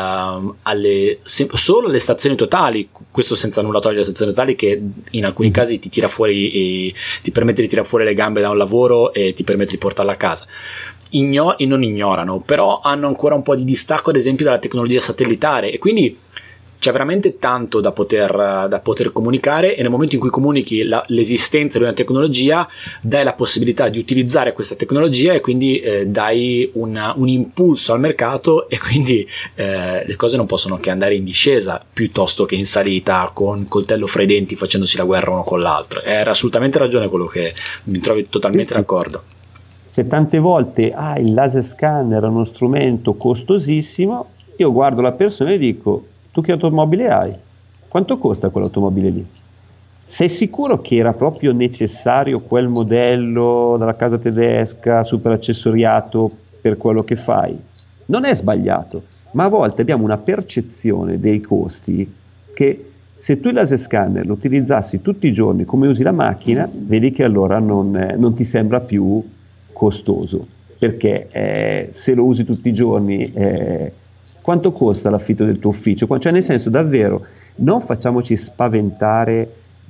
solo alle stazioni totali, questo senza nulla togliere alle stazioni totali, che in alcuni casi ti permette di tirare fuori le gambe da un lavoro e ti permette di portarla a casa. Non ignorano, però hanno ancora un po' di distacco, ad esempio, dalla tecnologia satellitare, e quindi c'è veramente tanto da poter comunicare, e nel momento in cui comunichi l'esistenza di una tecnologia, dai la possibilità di utilizzare questa tecnologia, e quindi dai un impulso al mercato, e quindi le cose non possono che andare in discesa piuttosto che in salita con coltello fra i denti, facendosi la guerra uno con l'altro. Era assolutamente ragione quello che mi trovi totalmente d'accordo. Se tante volte il laser scanner è uno strumento costosissimo, io guardo la persona e dico: tu che automobile hai? Quanto costa quell'automobile lì? Sei sicuro che era proprio necessario quel modello dalla casa tedesca super accessoriato per quello che fai? Non è sbagliato, ma a volte abbiamo una percezione dei costi che, se tu il laser scanner lo utilizzassi tutti i giorni come usi la macchina, vedi che allora non ti sembra più costoso, perché se lo usi tutti i giorni, quanto costa l'affitto del tuo ufficio? Cioè, nel senso, davvero, non facciamoci spaventare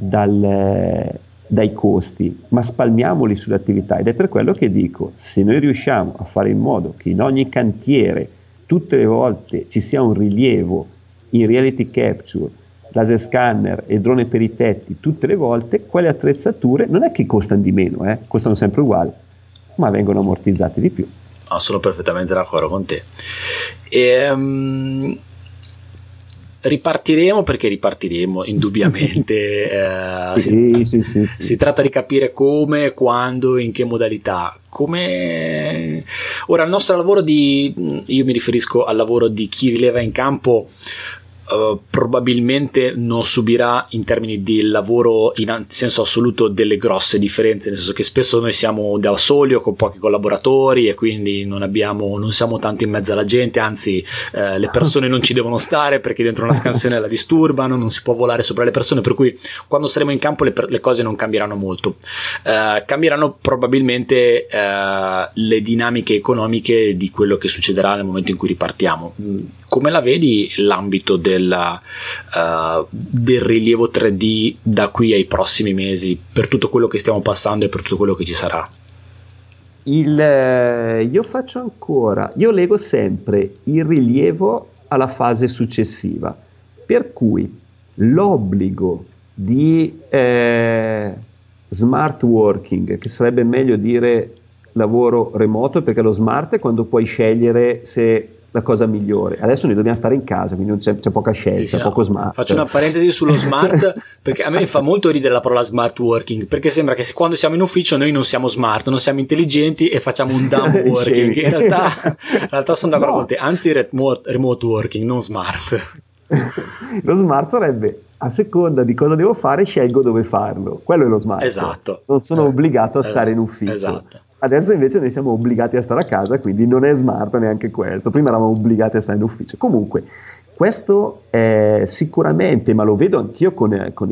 dai costi, ma spalmiamoli sulle attività. Ed è per quello che dico: se noi riusciamo a fare in modo che in ogni cantiere tutte le volte ci sia un rilievo in reality capture, laser scanner e drone per i tetti, tutte le volte, quelle attrezzature non è che costano di meno, costano sempre uguali, ma vengono ammortizzate di più. Sono perfettamente d'accordo con te. Ripartiremo, perché ripartiremo indubbiamente. Sì. Si tratta di capire come, quando, in che modalità. Ora, il nostro lavoro io mi riferisco al lavoro di chi rileva in campo, probabilmente non subirà in termini di lavoro in senso assoluto delle grosse differenze, nel senso che spesso noi siamo da soli o con pochi collaboratori, e quindi non siamo tanto in mezzo alla gente, anzi le persone non ci devono stare, perché dentro una scansione la disturbano, non si può volare sopra le persone, per cui quando saremo in campo le cose non cambieranno molto. Cambieranno probabilmente le dinamiche economiche di quello che succederà nel momento in cui ripartiamo. Come la vedi l'ambito del rilievo 3D da qui ai prossimi mesi, per tutto quello che stiamo passando e per tutto quello che ci sarà? Io lego sempre il rilievo alla fase successiva, per cui l'obbligo di smart working, che sarebbe meglio dire lavoro remoto, perché lo smart è quando puoi scegliere se la cosa migliore. Adesso noi dobbiamo stare in casa, quindi non c'è poca scelta, poco smart. Faccio una parentesi sullo smart, perché a me fa molto ridere la parola smart working, perché sembra che quando siamo in ufficio noi non siamo smart, non siamo intelligenti e facciamo un dumb working. In realtà sono d'accordo con te, anzi remote working, non smart. Lo smart sarebbe: a seconda di cosa devo fare scelgo dove farlo. Quello è lo smart. Esatto. Non sono obbligato a stare in ufficio. Esatto. Adesso invece noi siamo obbligati a stare a casa, quindi non è smart neanche questo. Prima eravamo obbligati a stare in ufficio. Comunque, questo è sicuramente, ma lo vedo anch'io con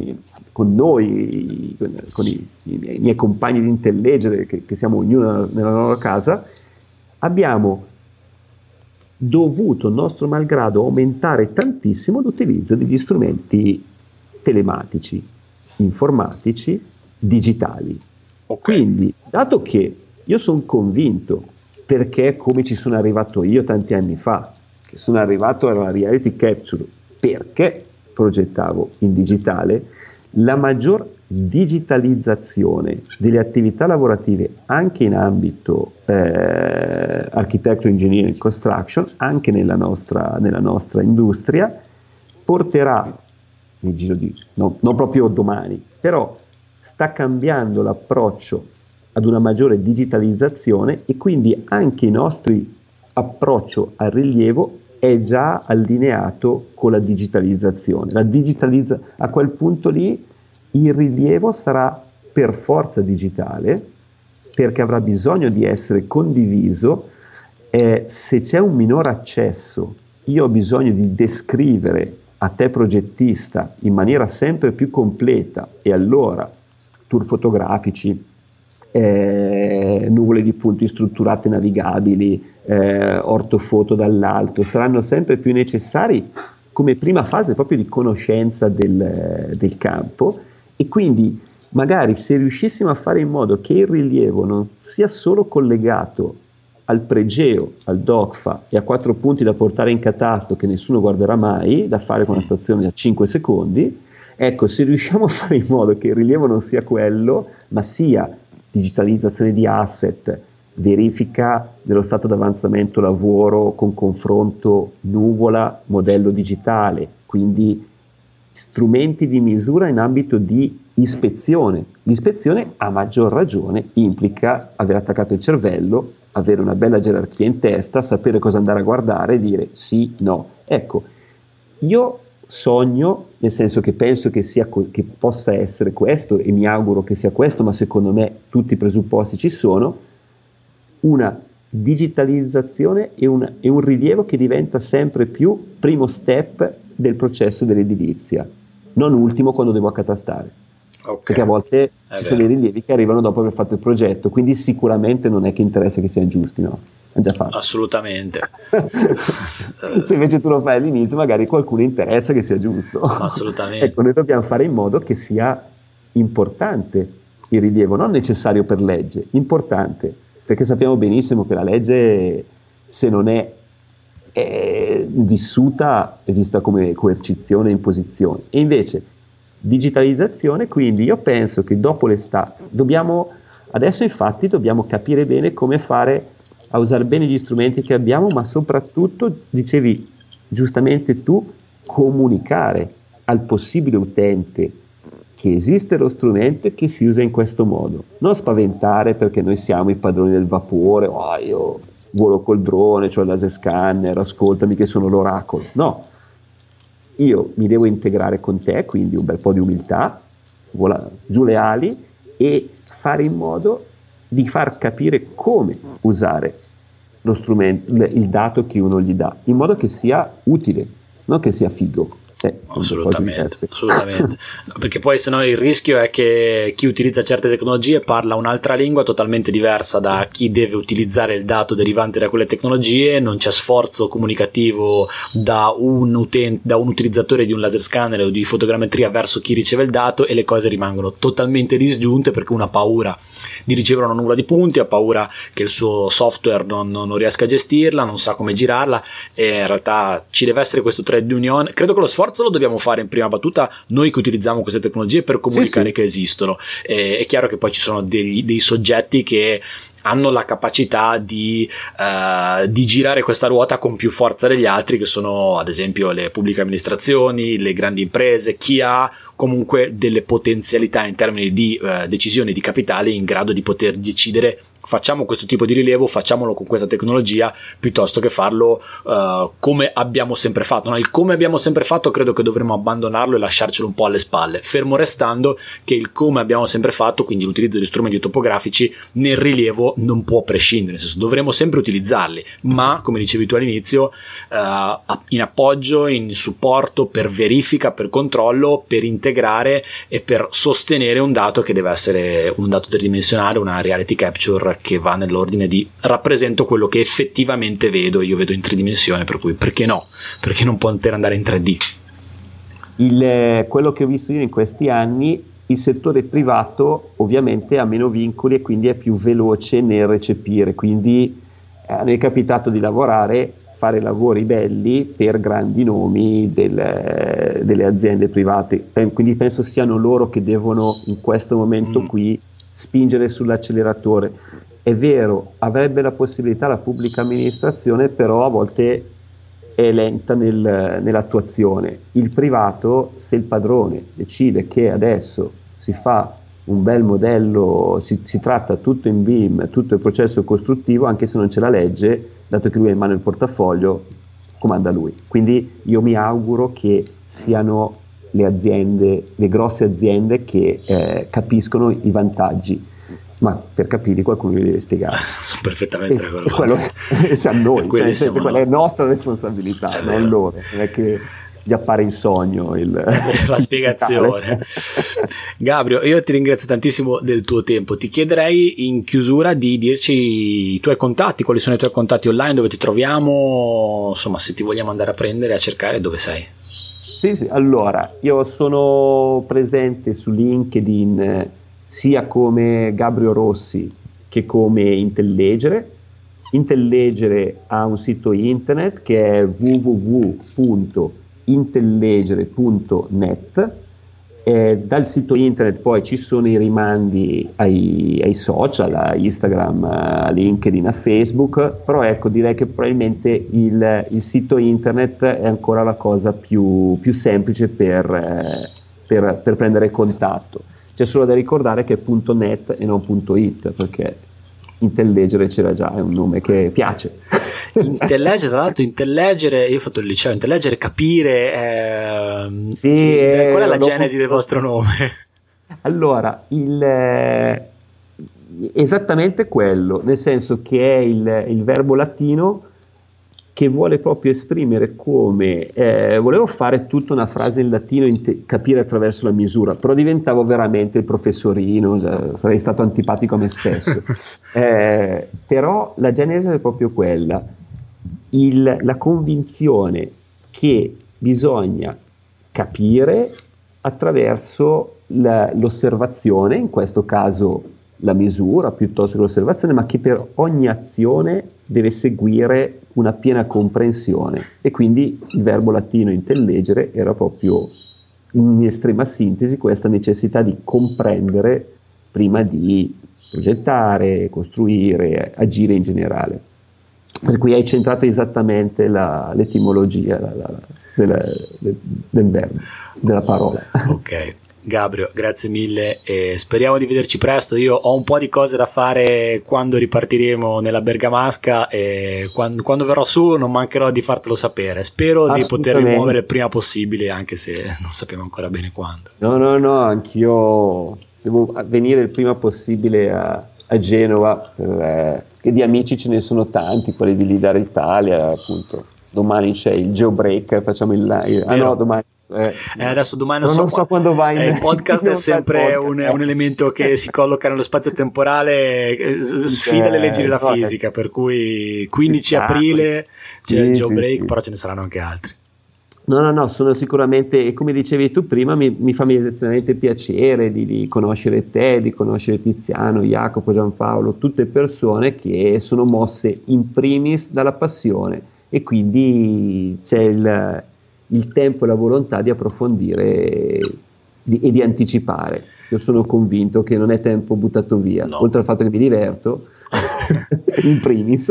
noi, con i miei compagni di Intellegere, che siamo ognuno nella loro casa, abbiamo dovuto, nostro malgrado, aumentare tantissimo l'utilizzo degli strumenti telematici, informatici, digitali. Okay. Quindi, dato che io sono convinto, perché come ci sono arrivato io tanti anni fa, che sono arrivato alla reality capture perché progettavo in digitale, la maggior digitalizzazione delle attività lavorative anche in ambito architecture, engineering, construction, anche nella nostra industria, porterà nel giro di non proprio domani, però sta cambiando l'approccio ad una maggiore digitalizzazione, e quindi anche i nostri approccio al rilievo è già allineato con la digitalizzazione. A quel punto lì il rilievo sarà per forza digitale, perché avrà bisogno di essere condiviso. Se c'è un minor accesso, io ho bisogno di descrivere a te progettista in maniera sempre più completa, e allora tour fotografici, nuvole di punti strutturate navigabili, ortofoto dall'alto saranno sempre più necessari come prima fase proprio di conoscenza del campo. E quindi magari se riuscissimo a fare in modo che il rilievo non sia solo collegato al pregeo, al DOCFA e a 4 punti da portare in catasto che nessuno guarderà mai, da fare con una stazione a 5 secondi, ecco, se riusciamo a fare in modo che il rilievo non sia quello, ma sia digitalizzazione di asset, verifica dello stato d'avanzamento lavoro con confronto nuvola, modello digitale, quindi strumenti di misura in ambito di ispezione. L'ispezione, a maggior ragione, implica aver attaccato il cervello, avere una bella gerarchia in testa, sapere cosa andare a guardare e dire sì, no. Ecco, io sogno, nel senso che penso che possa essere questo, e mi auguro che sia questo, ma secondo me tutti i presupposti ci sono, una digitalizzazione e un rilievo che diventa sempre più primo step del processo dell'edilizia, non ultimo quando devo accatastare. Okay. Perché a volte ci sono dei rilievi che arrivano dopo aver fatto il progetto, quindi sicuramente non è che interessa che siano giusti, no? È già fatto. Assolutamente. Se invece tu lo fai all'inizio, magari qualcuno interessa che sia giusto. Assolutamente. Ecco, noi dobbiamo fare in modo che sia importante il rilievo, non necessario per legge, importante, perché sappiamo benissimo che la legge, se non è vissuta, è vista come coercizione e imposizione. E invece digitalizzazione, quindi io penso che dopo l'estate dobbiamo capire bene come fare a usare bene gli strumenti che abbiamo, ma soprattutto, dicevi giustamente tu, comunicare al possibile utente che esiste lo strumento e che si usa in questo modo, non spaventare perché noi siamo i padroni del vapore, io volo col drone, c'ho il laser scanner, ascoltami che sono l'oracolo. No, io mi devo integrare con te, quindi un bel po' di umiltà, giù le ali, e fare in modo di far capire come usare lo strumento, il dato che uno gli dà, in modo che sia utile, non che sia figo. Assolutamente, perché poi sennò il rischio è che chi utilizza certe tecnologie parla un'altra lingua totalmente diversa da chi deve utilizzare il dato derivante da quelle tecnologie, non c'è sforzo comunicativo da un utilizzatore di un laser scanner o di fotogrammetria verso chi riceve il dato, e le cose rimangono totalmente disgiunte perché uno ha paura di ricevere una nuvola di punti, ha paura che il suo software non riesca a gestirla, non sa come girarla, e in realtà ci deve essere questo trade union. Credo che lo sforzo lo dobbiamo fare in prima battuta noi che utilizziamo queste tecnologie per comunicare che esistono. È chiaro che poi ci sono dei soggetti che hanno la capacità di girare questa ruota con più forza degli altri, che sono ad esempio le pubbliche amministrazioni, le grandi imprese, chi ha comunque delle potenzialità in termini di decisioni di capitale in grado di poter decidere: facciamo questo tipo di rilievo, facciamolo con questa tecnologia, piuttosto che farlo come abbiamo sempre fatto. No? Il come abbiamo sempre fatto credo che dovremmo abbandonarlo e lasciarcelo un po' alle spalle, fermo restando che il come abbiamo sempre fatto, quindi l'utilizzo di strumenti topografici nel rilievo, non può prescindere, nel senso dovremo sempre utilizzarli, ma come dicevi tu all'inizio, in appoggio, in supporto, per verifica, per controllo, per integrare e per sostenere un dato che deve essere un dato tridimensionale, una reality capture che va nell'ordine di rappresento quello che effettivamente vedo, io vedo in tridimensione, per cui perché no? Perché non poter andare in 3D? Quello che ho visto io in questi anni, il settore privato ovviamente ha meno vincoli e quindi è più veloce nel recepire, quindi mi è capitato di fare lavori belli per grandi nomi delle aziende private, quindi penso siano loro che devono in questo momento qui spingere sull'acceleratore. È vero, avrebbe la possibilità la pubblica amministrazione, però a volte è lenta nell'attuazione. Il privato, se il padrone decide che adesso si fa un bel modello, si tratta tutto in BIM, tutto il processo costruttivo, anche se non c'è la legge, dato che lui ha in mano il portafoglio, comanda lui. Quindi io mi auguro che siano le aziende, le grosse aziende che capiscono i vantaggi, ma per capirli qualcuno li deve spiegare. Sono perfettamente d'accordo. Quello siamo noi, quella è nostra responsabilità, non loro, non è che gli appare in sogno la spiegazione. Gabrio, io ti ringrazio tantissimo del tuo tempo. Ti chiederei in chiusura di dirci i tuoi contatti, quali sono i tuoi contatti online, dove ti troviamo, insomma, se ti vogliamo andare a prendere, a cercare, dove sei. Sì, allora io sono presente su LinkedIn sia come Gabrio Rossi che come Intellegere. Intellegere ha un sito internet che è www.intellegere.net. Dal sito internet poi ci sono i rimandi ai social, a Instagram, a LinkedIn, a Facebook, però ecco, direi che probabilmente il sito internet è ancora la cosa più semplice per prendere contatto. C'è solo da ricordare che è .net e non .it, perché Intellegere c'era già, è un nome che piace. Intellegere, tra l'altro, intellegere, io ho fatto il liceo, intellegere, capire, qual è la genesi del vostro nome? Allora, esattamente quello, nel senso che è il verbo latino che vuole proprio esprimere come volevo fare tutta una frase in latino, capire attraverso la misura, però diventavo veramente il professorino, sarei stato antipatico a me stesso. Però la genesi è proprio quella, la convinzione che bisogna capire attraverso l'osservazione, in questo caso la misura piuttosto che l'osservazione, ma che per ogni azione deve seguire una piena comprensione, e quindi il verbo latino intellegere era proprio in estrema sintesi questa necessità di comprendere prima di progettare, costruire, agire in generale. Per cui hai centrato esattamente l'etimologia del verbo, della parola. Ok. Gabrio, grazie mille e speriamo di vederci presto. Io ho un po' di cose da fare quando ripartiremo nella Bergamasca, e quando verrò su non mancherò di fartelo sapere. Spero di potermi muovere il prima possibile, anche se non sappiamo ancora bene quando. No, anch'io devo venire il prima possibile a Genova, che di amici ce ne sono tanti, quelli di Lidar Italia, appunto. Domani c'è il Geobreak, facciamo il live. No, domani. Adesso domani non so quando vai. Il podcast è sempre un elemento che si colloca nello spazio temporale, sfida le leggi della fisica, per cui 15 aprile c'è il Geobreak, però ce ne saranno anche altri. No, sono sicuramente, e come dicevi tu prima, mi fa estremamente piacere di conoscere te, di conoscere Tiziano, Jacopo, Gianpaolo, tutte persone che sono mosse in primis dalla passione, e quindi c'è il tempo e la volontà di approfondire e di anticipare. Io sono convinto che non è tempo buttato via, oltre al fatto che mi diverto in primis,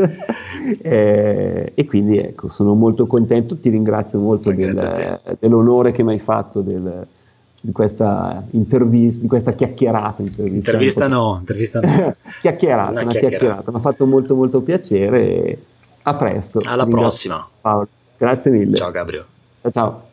e quindi ecco, sono molto contento, ti ringrazio molto dell'onore che mi hai fatto di questa intervista, di questa chiacchierata. Intervista no. Chiacchierata, una chiacchierata, mi ha fatto molto molto piacere, e a presto. Alla prossima. Paolo, grazie mille. Ciao Gabrio. Ciao.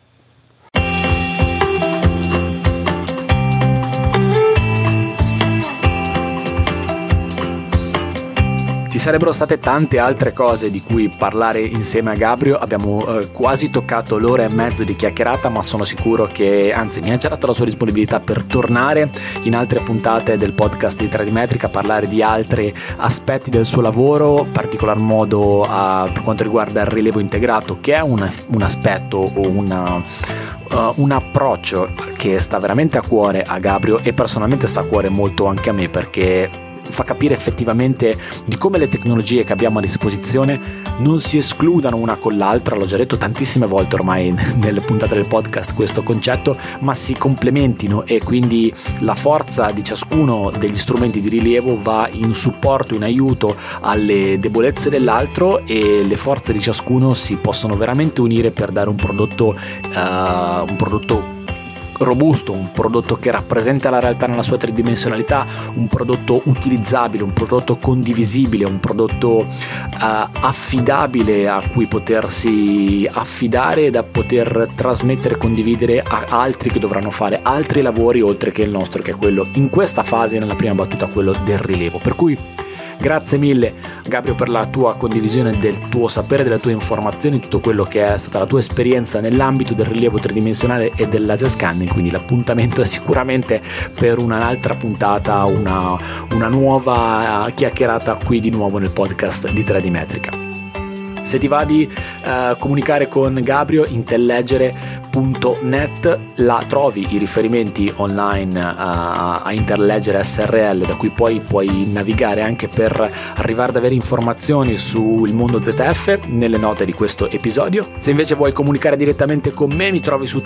Ci sarebbero state tante altre cose di cui parlare insieme a Gabrio, abbiamo quasi toccato l'ora e mezzo di chiacchierata, ma sono sicuro che, anzi, mi ha già dato la sua disponibilità per tornare in altre puntate del podcast di 3D Metrica a parlare di altri aspetti del suo lavoro, in particolar modo per quanto riguarda il rilievo integrato, che è un aspetto o un approccio che sta veramente a cuore a Gabrio, e personalmente sta a cuore molto anche a me, perché fa capire effettivamente di come le tecnologie che abbiamo a disposizione non si escludano una con l'altra. L'ho già detto tantissime volte ormai nelle puntate del podcast questo concetto, ma si complementino, e quindi la forza di ciascuno degli strumenti di rilievo va in supporto, in aiuto alle debolezze dell'altro, e le forze di ciascuno si possono veramente unire per dare un prodotto robusto, un prodotto che rappresenta la realtà nella sua tridimensionalità, un prodotto utilizzabile, un prodotto condivisibile, un prodotto affidabile a cui potersi affidare e da poter trasmettere e condividere a altri che dovranno fare altri lavori oltre che il nostro, che è quello in questa fase, nella prima battuta, quello del rilievo. Per cui grazie mille Gabrio per la tua condivisione del tuo sapere, delle tue informazioni, tutto quello che è stata la tua esperienza nell'ambito del rilievo tridimensionale e del laser scanning. Quindi l'appuntamento è sicuramente per un'altra puntata, una nuova chiacchierata qui di nuovo nel podcast di 3D Metrica. Se ti va di comunicare con Gabrio, interleggere.net, là trovi i riferimenti online a Interleggere SRL, da cui poi puoi navigare anche per arrivare ad avere informazioni sul mondo ZF nelle note di questo episodio. Se invece vuoi comunicare direttamente con me, mi trovi su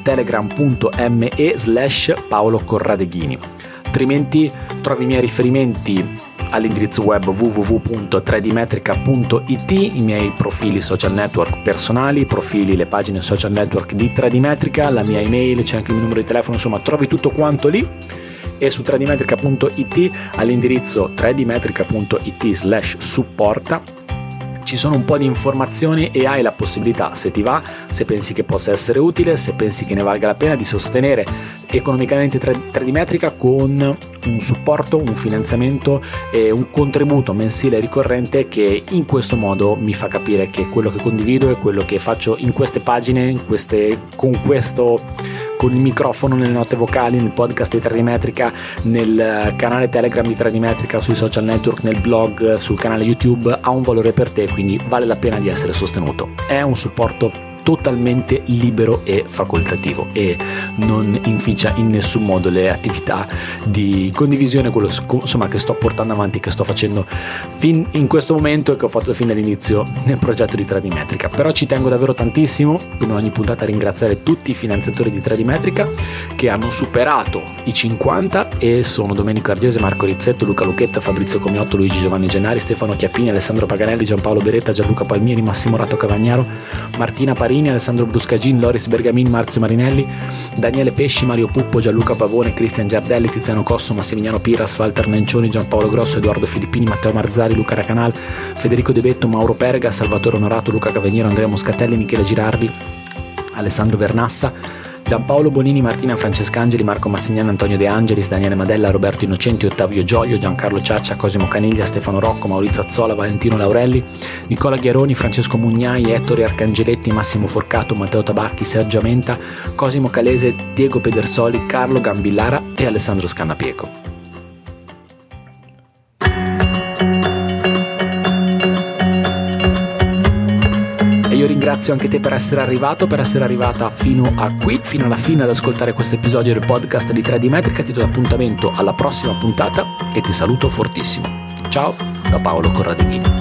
telegram.me/Paolo Corradeghini. Altrimenti trovi i miei riferimenti all'indirizzo web www.3dmetrica.it, i miei profili social network personali, le pagine social network di 3D Metrica, la mia email, c'è anche il mio numero di telefono, insomma trovi tutto quanto lì. E su 3dmetrica.it all'indirizzo 3dmetrica.it/supporta ci sono un po' di informazioni e hai la possibilità, se ti va, se pensi che possa essere utile, se pensi che ne valga la pena, di sostenere economicamente 3D Metrica con un supporto, un finanziamento e un contributo mensile ricorrente che in questo modo mi fa capire che quello che condivido e quello che faccio in queste pagine, con il microfono, nelle note vocali, nel podcast di 3D Metrica, nel canale Telegram di 3D Metrica, sui social network, nel blog, sul canale YouTube, ha un valore per te, quindi vale la pena di essere sostenuto. È un supporto totalmente libero e facoltativo e non inficia in nessun modo le attività di condivisione, quello insomma che sto portando avanti, che sto facendo fin in questo momento e che ho fatto fin dall'inizio nel progetto di 3D Metrica. Però ci tengo davvero tantissimo, come ogni puntata, a ringraziare tutti i finanziatori di 3D Metrica che hanno superato i 50 e sono Domenico Argese, Marco Rizzetto, Luca Lucchetta, Fabrizio Comiotto, Luigi Giovanni Gennari, Stefano Chiappini, Alessandro Paganelli, Giampaolo Beretta, Gianluca Palmieri, Massimo Rato Cavagnaro, Martina Parini, Alessandro Bruscagin, Loris Bergamin, Marzio Marinelli, Daniele Pesci, Mario Puppo, Gianluca Pavone, Cristian Giardelli, Tiziano Cosso, Massimiliano Piras, Walter Nencioni, Giampaolo Grosso, Edoardo Filippini, Matteo Marzari, Luca Racanal, Federico De Betto, Mauro Perga, Salvatore Onorato, Luca Caveniero, Andrea Moscatelli, Michele Girardi, Alessandro Vernassa, Giampaolo Bonini, Martina Francescangeli, Marco Massignano, Antonio De Angelis, Daniele Madella, Roberto Innocenti, Ottavio Gioglio, Giancarlo Ciaccia, Cosimo Caniglia, Stefano Rocco, Maurizio Azzola, Valentino Laurelli, Nicola Ghiaroni, Francesco Mugnai, Ettore Arcangeletti, Massimo Forcato, Matteo Tabacchi, Sergio Amenta, Cosimo Calese, Diego Pedersoli, Carlo Gambillara e Alessandro Scannapieco. Io ringrazio anche te per essere arrivato, per essere arrivata fino a qui, fino alla fine ad ascoltare questo episodio del podcast di 3D Metrica. Ti do appuntamento alla prossima puntata e ti saluto fortissimo. Ciao da Paolo Corradeghini.